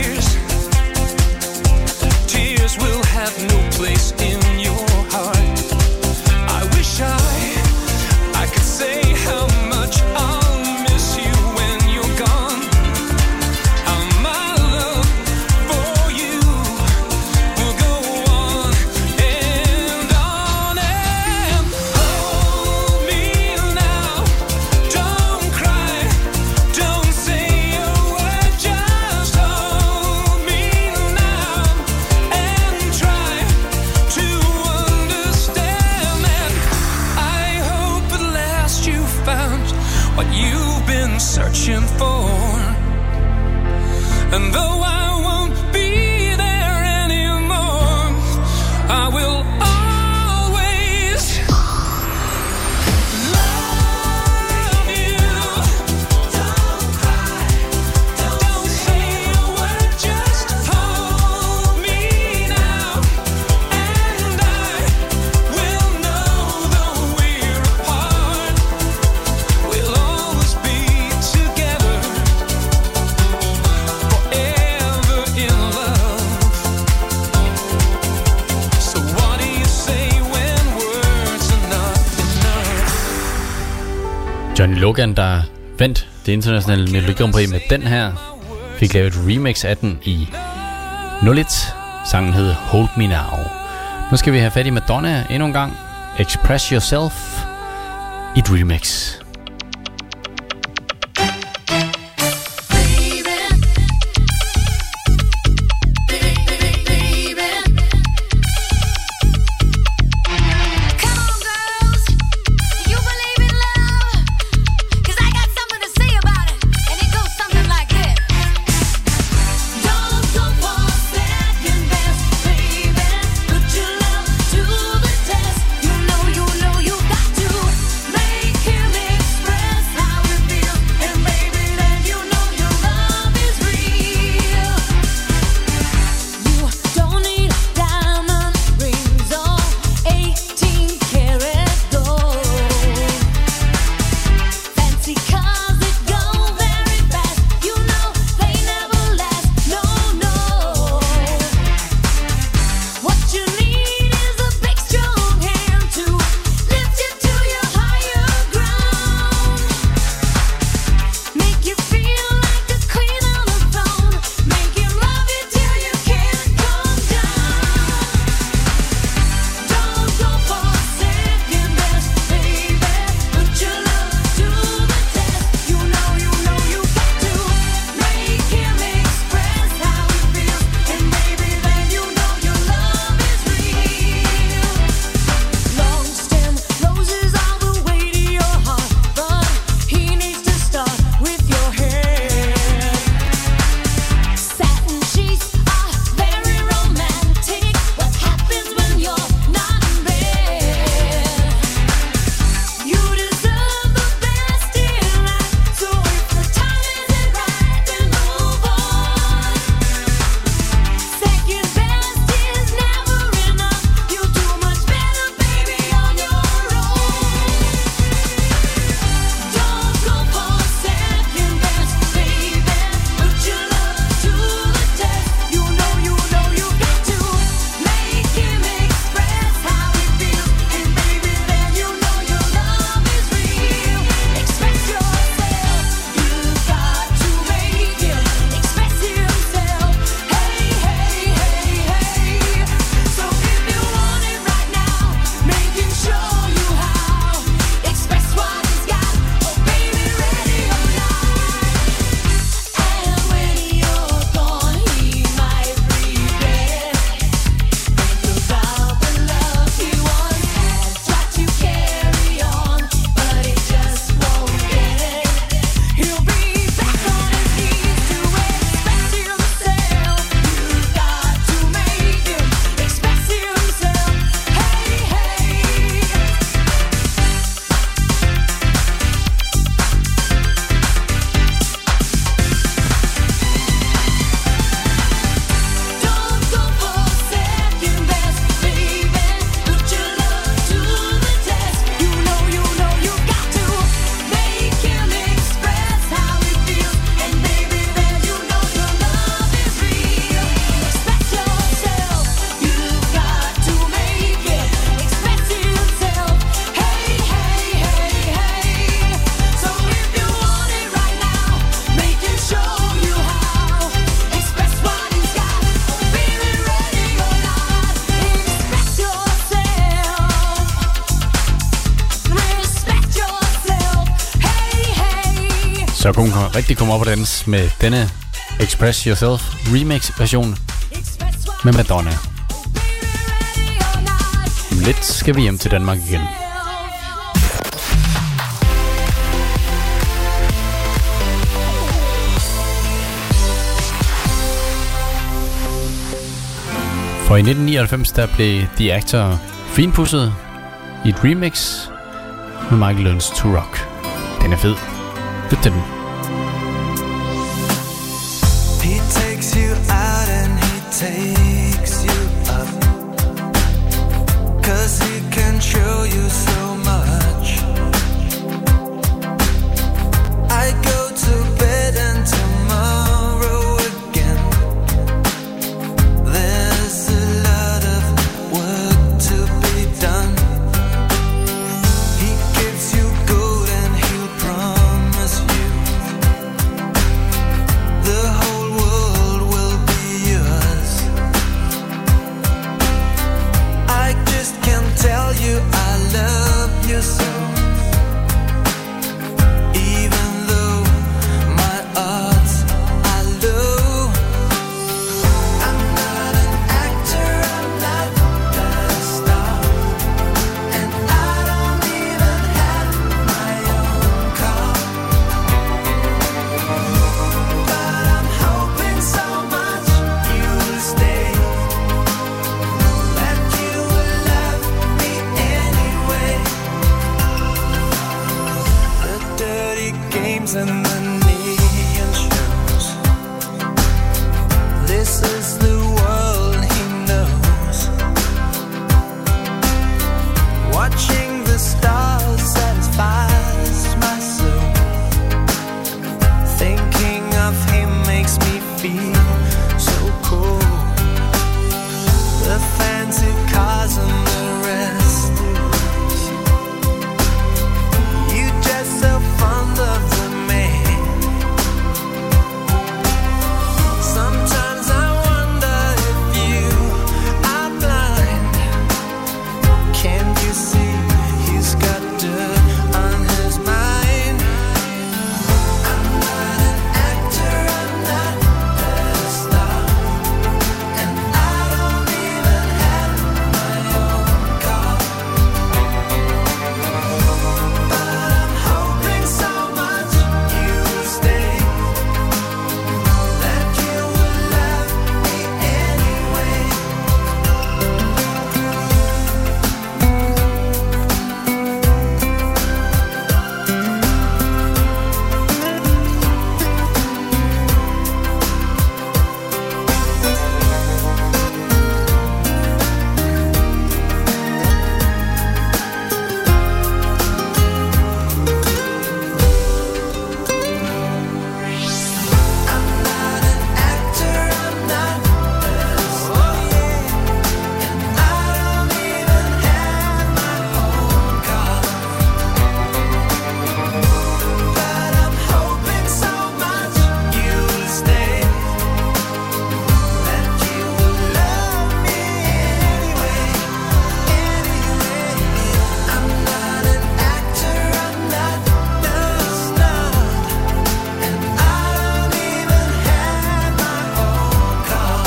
tears will have no place in your heart. I wish I could say how much I'll miss you when you're gone. How my love for you will go on and on. And hold me now, don't cry, don't say a word, just hold me now. And try to understand. And I hope at last you found what you've been searching for. And though I won't be there anymore, I will always love you. Don't cry, don't say a word, just hold me now. And I will know though we're apart, we'll always be together, forever in love. So what do you say when words are not enough? Johnny Logan, der vandt det internationale Melodi Grand Prix med den her, fik lavet et remix af den i 01. Sangen hed Hold Me Now. Nu skal vi have fat i Madonna endnu en gang. Express Yourself i et remix. Don't go for second Så kunne hun rigtig komme op og danse med denne Express Yourself remix version med Madonna. Om lidt skal vi hjem til Danmark igen. For i 1999 der blev The Actor finpudset i et remix med Michael Learns to Rock. Den er fed. Lyt til den. He takes you out and he takes you up, 'cause he can show you so much. I go to bed and tomorrow again. There's a lot of work to be done. He gives you gold and he'll promise you the whole world will be yours. I just can't tell you I love you so, even though my odds are low. I'm not an actor, I'm not a star, and I don't even have my own car. But I'm hoping so much you'll stay, that you will love me anyway. The dirty games and the neon shows, this is the world he knows. Watching the stars satisfies my soul. Thinking of him makes me feel so cool. The fancy cars and the restaurants, you just so fond of the man. Sometimes I wonder if you are blind. Can't you see he's got dirt on his mind? I'm not an actor, I'm not a star, and I don't even have my own car. But I'm hoping so much you'll stay, that you will love me anyway. I'm not an actor, I'm not a star, and I don't even have my own car. But I'm hoping so much you'll stay, that you will love me anyway. I'm not an actor, I'm not a star, and I don't even have my own car.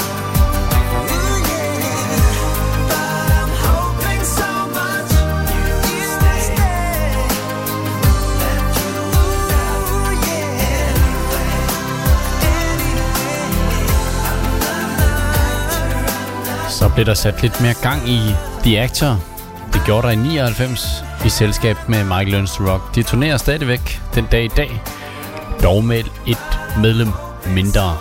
But I'm hoping so much you'll stay, that you will love me Så blev der sat lidt mere gang i The Actor. Det gjorde der i 99 i selskab med Michael Learns to Rock. De turnerer stadigvæk den dag i dag, dog med et medlem mindre.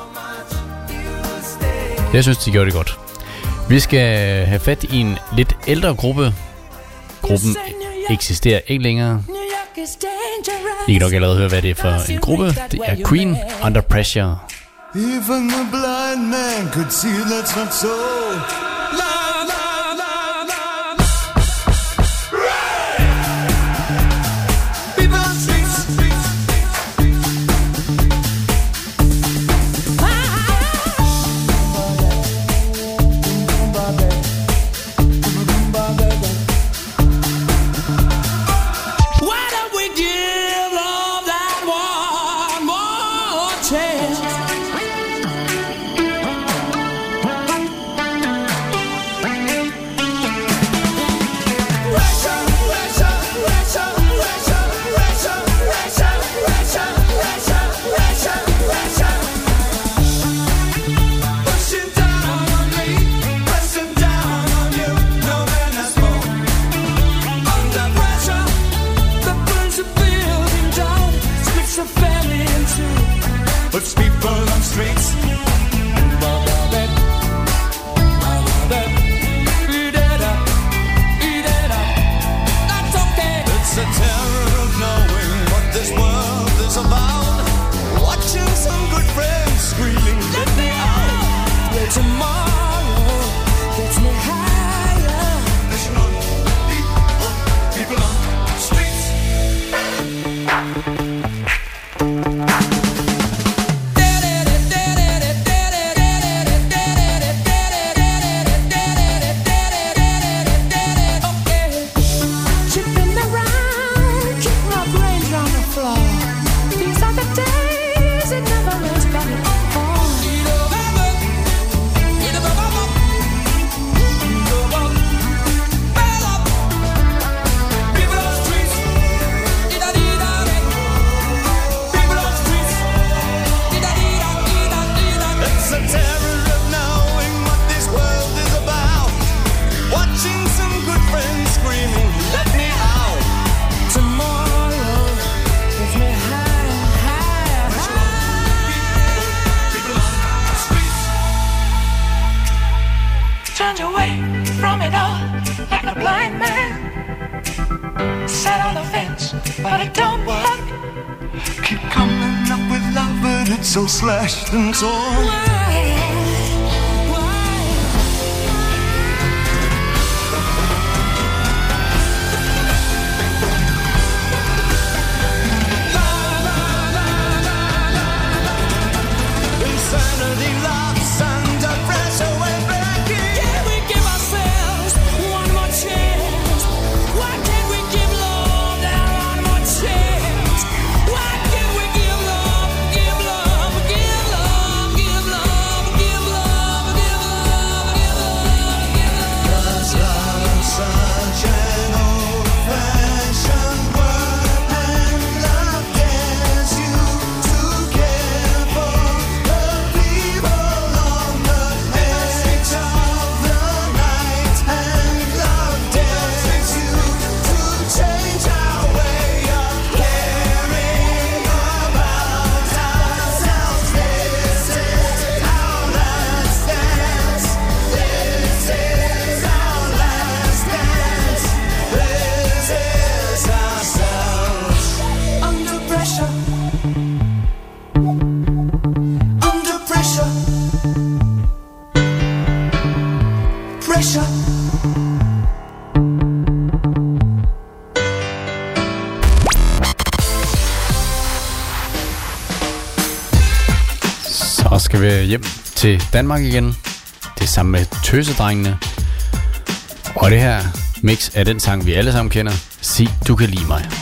Jeg synes, de gjorde det godt. Vi skal have fat i en lidt ældre gruppe. Gruppen eksisterer ikke længere. I kan nok allerede høre, hvad det er for en gruppe. Det er Queen, Under Pressure. Even the blind man could see that's not so. Why don't we give love that one some good friends screaming, let me out. Tomorrow, if me high, high, high. Turned away from it all like a blind man. Sat on the fence, but it don't work. Keep coming up with love, but it's so slashed and torn. Insanity laughs under pressure when breaking. Can we give ourselves one more chance? Why can't we give love that one more chance? Why can't we give love, give love, give love, give love, give love, give love, give love, give love? 'Cause love's such an old-fashioned word, and love dares you to care for the people on the edge of the night, and love dares you to change our way of caring about ourselves. This is our last dance. This is our last dance. This is ourselves. Under pressure. Under pressure. Pressure. Så skal vi hjem til Danmark igen. Det er sammen med Tøsedrengene. Og det her mix af den sang, vi alle sammen kender. Sig du kan lide mig.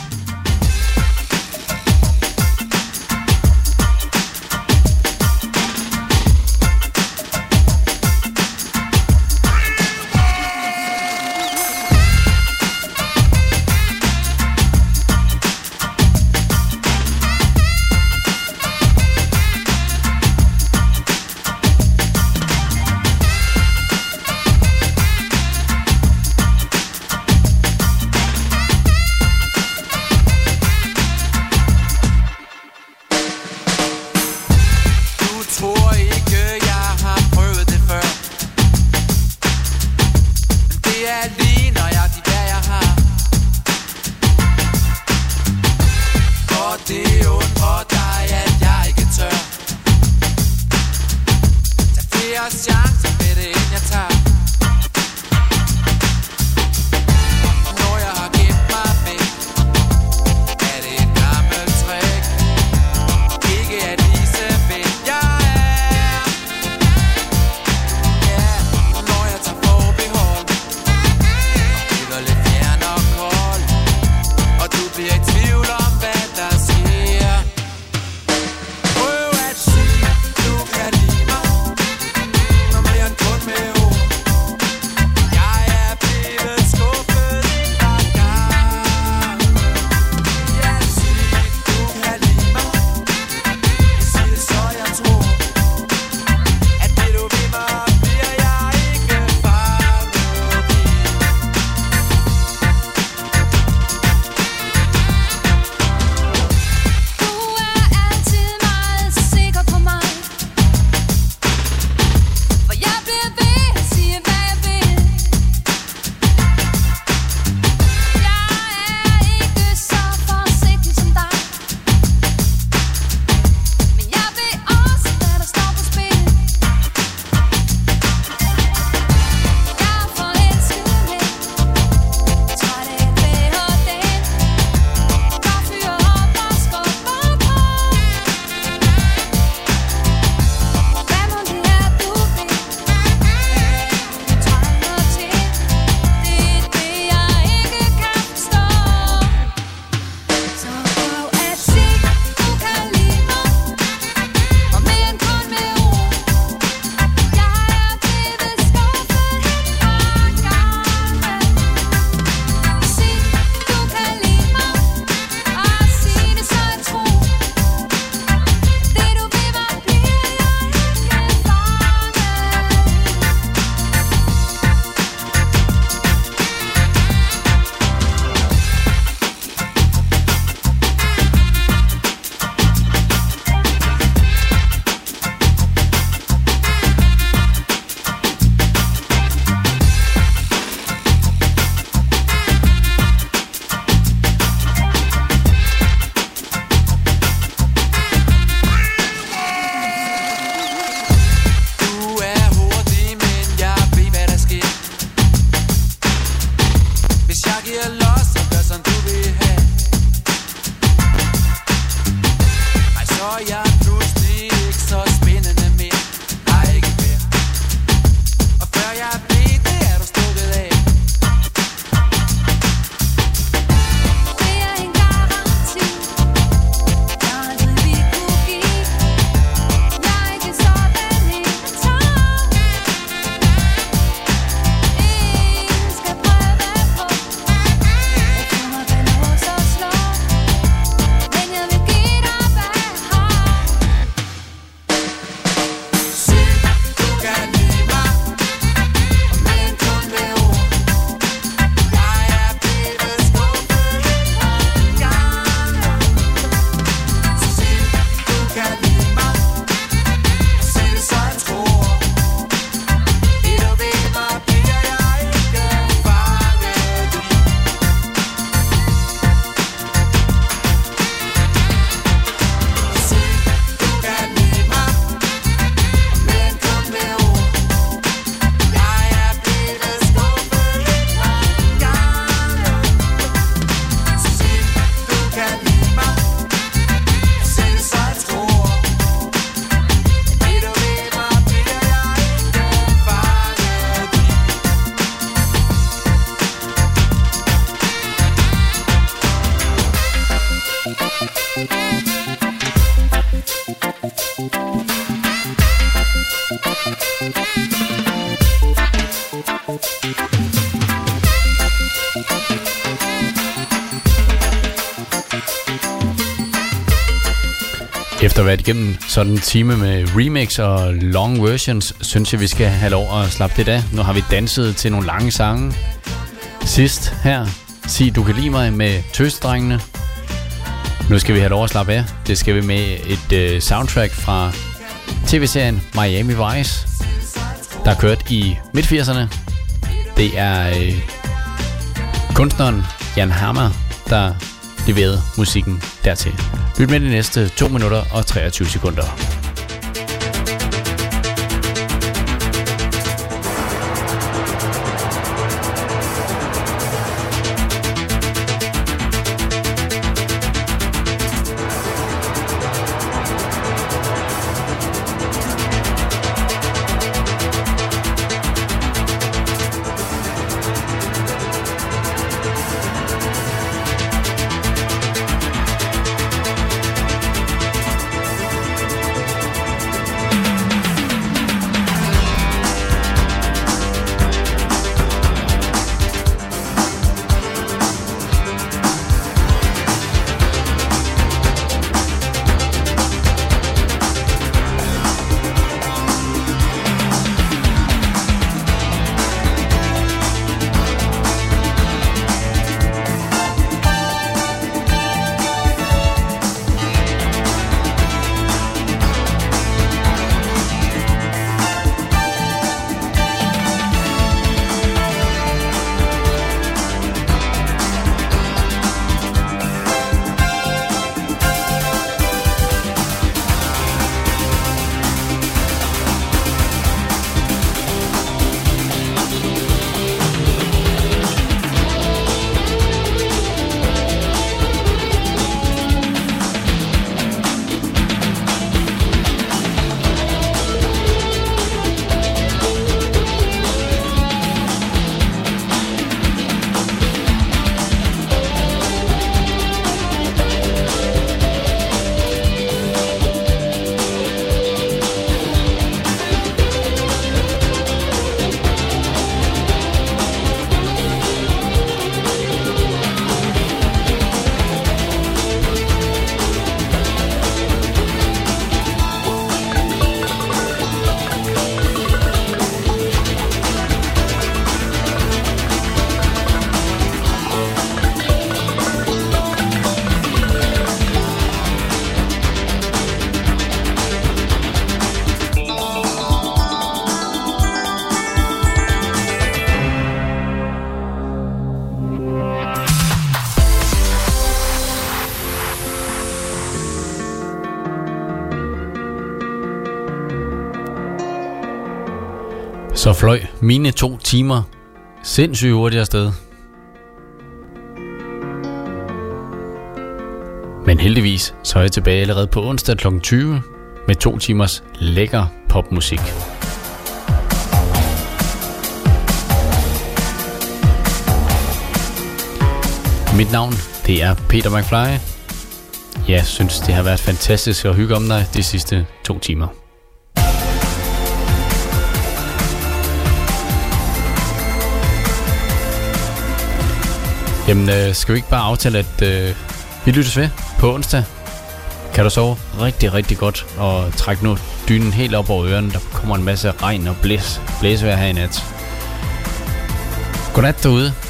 Efter at være igennem sådan en time med remix og long versions, synes jeg, vi skal have lov at slappe lidt af. Nu har vi danset til nogle lange sange. Sidst her, Sig du kan lide mig med Tøsedrengene. Nu skal vi have lov at slappe af. Det skal vi med et soundtrack fra tv-serien Miami Vice, der er kørt i midt-80'erne. Det er kunstneren Jan Hammer, der leverede musikken dertil. Lyt med de næste 2 minutter og 23 sekunder. Så fløj mine 2 timer sindssygt hurtigt afsted. Men heldigvis så er jeg tilbage allerede på onsdag kl. 20 med 2 timers lækker popmusik. Mit navn, det er Peter McFly. Jeg synes, det har været fantastisk at hygge om dig de sidste 2 timer. Jamen, skal vi ikke bare aftale, at vi lyttes ved på onsdag? Kan du sove rigtig, rigtig godt og trække nu dynen helt op over ørerne. Der kommer en masse regn og blæsevejr her i nat. Godnat derude.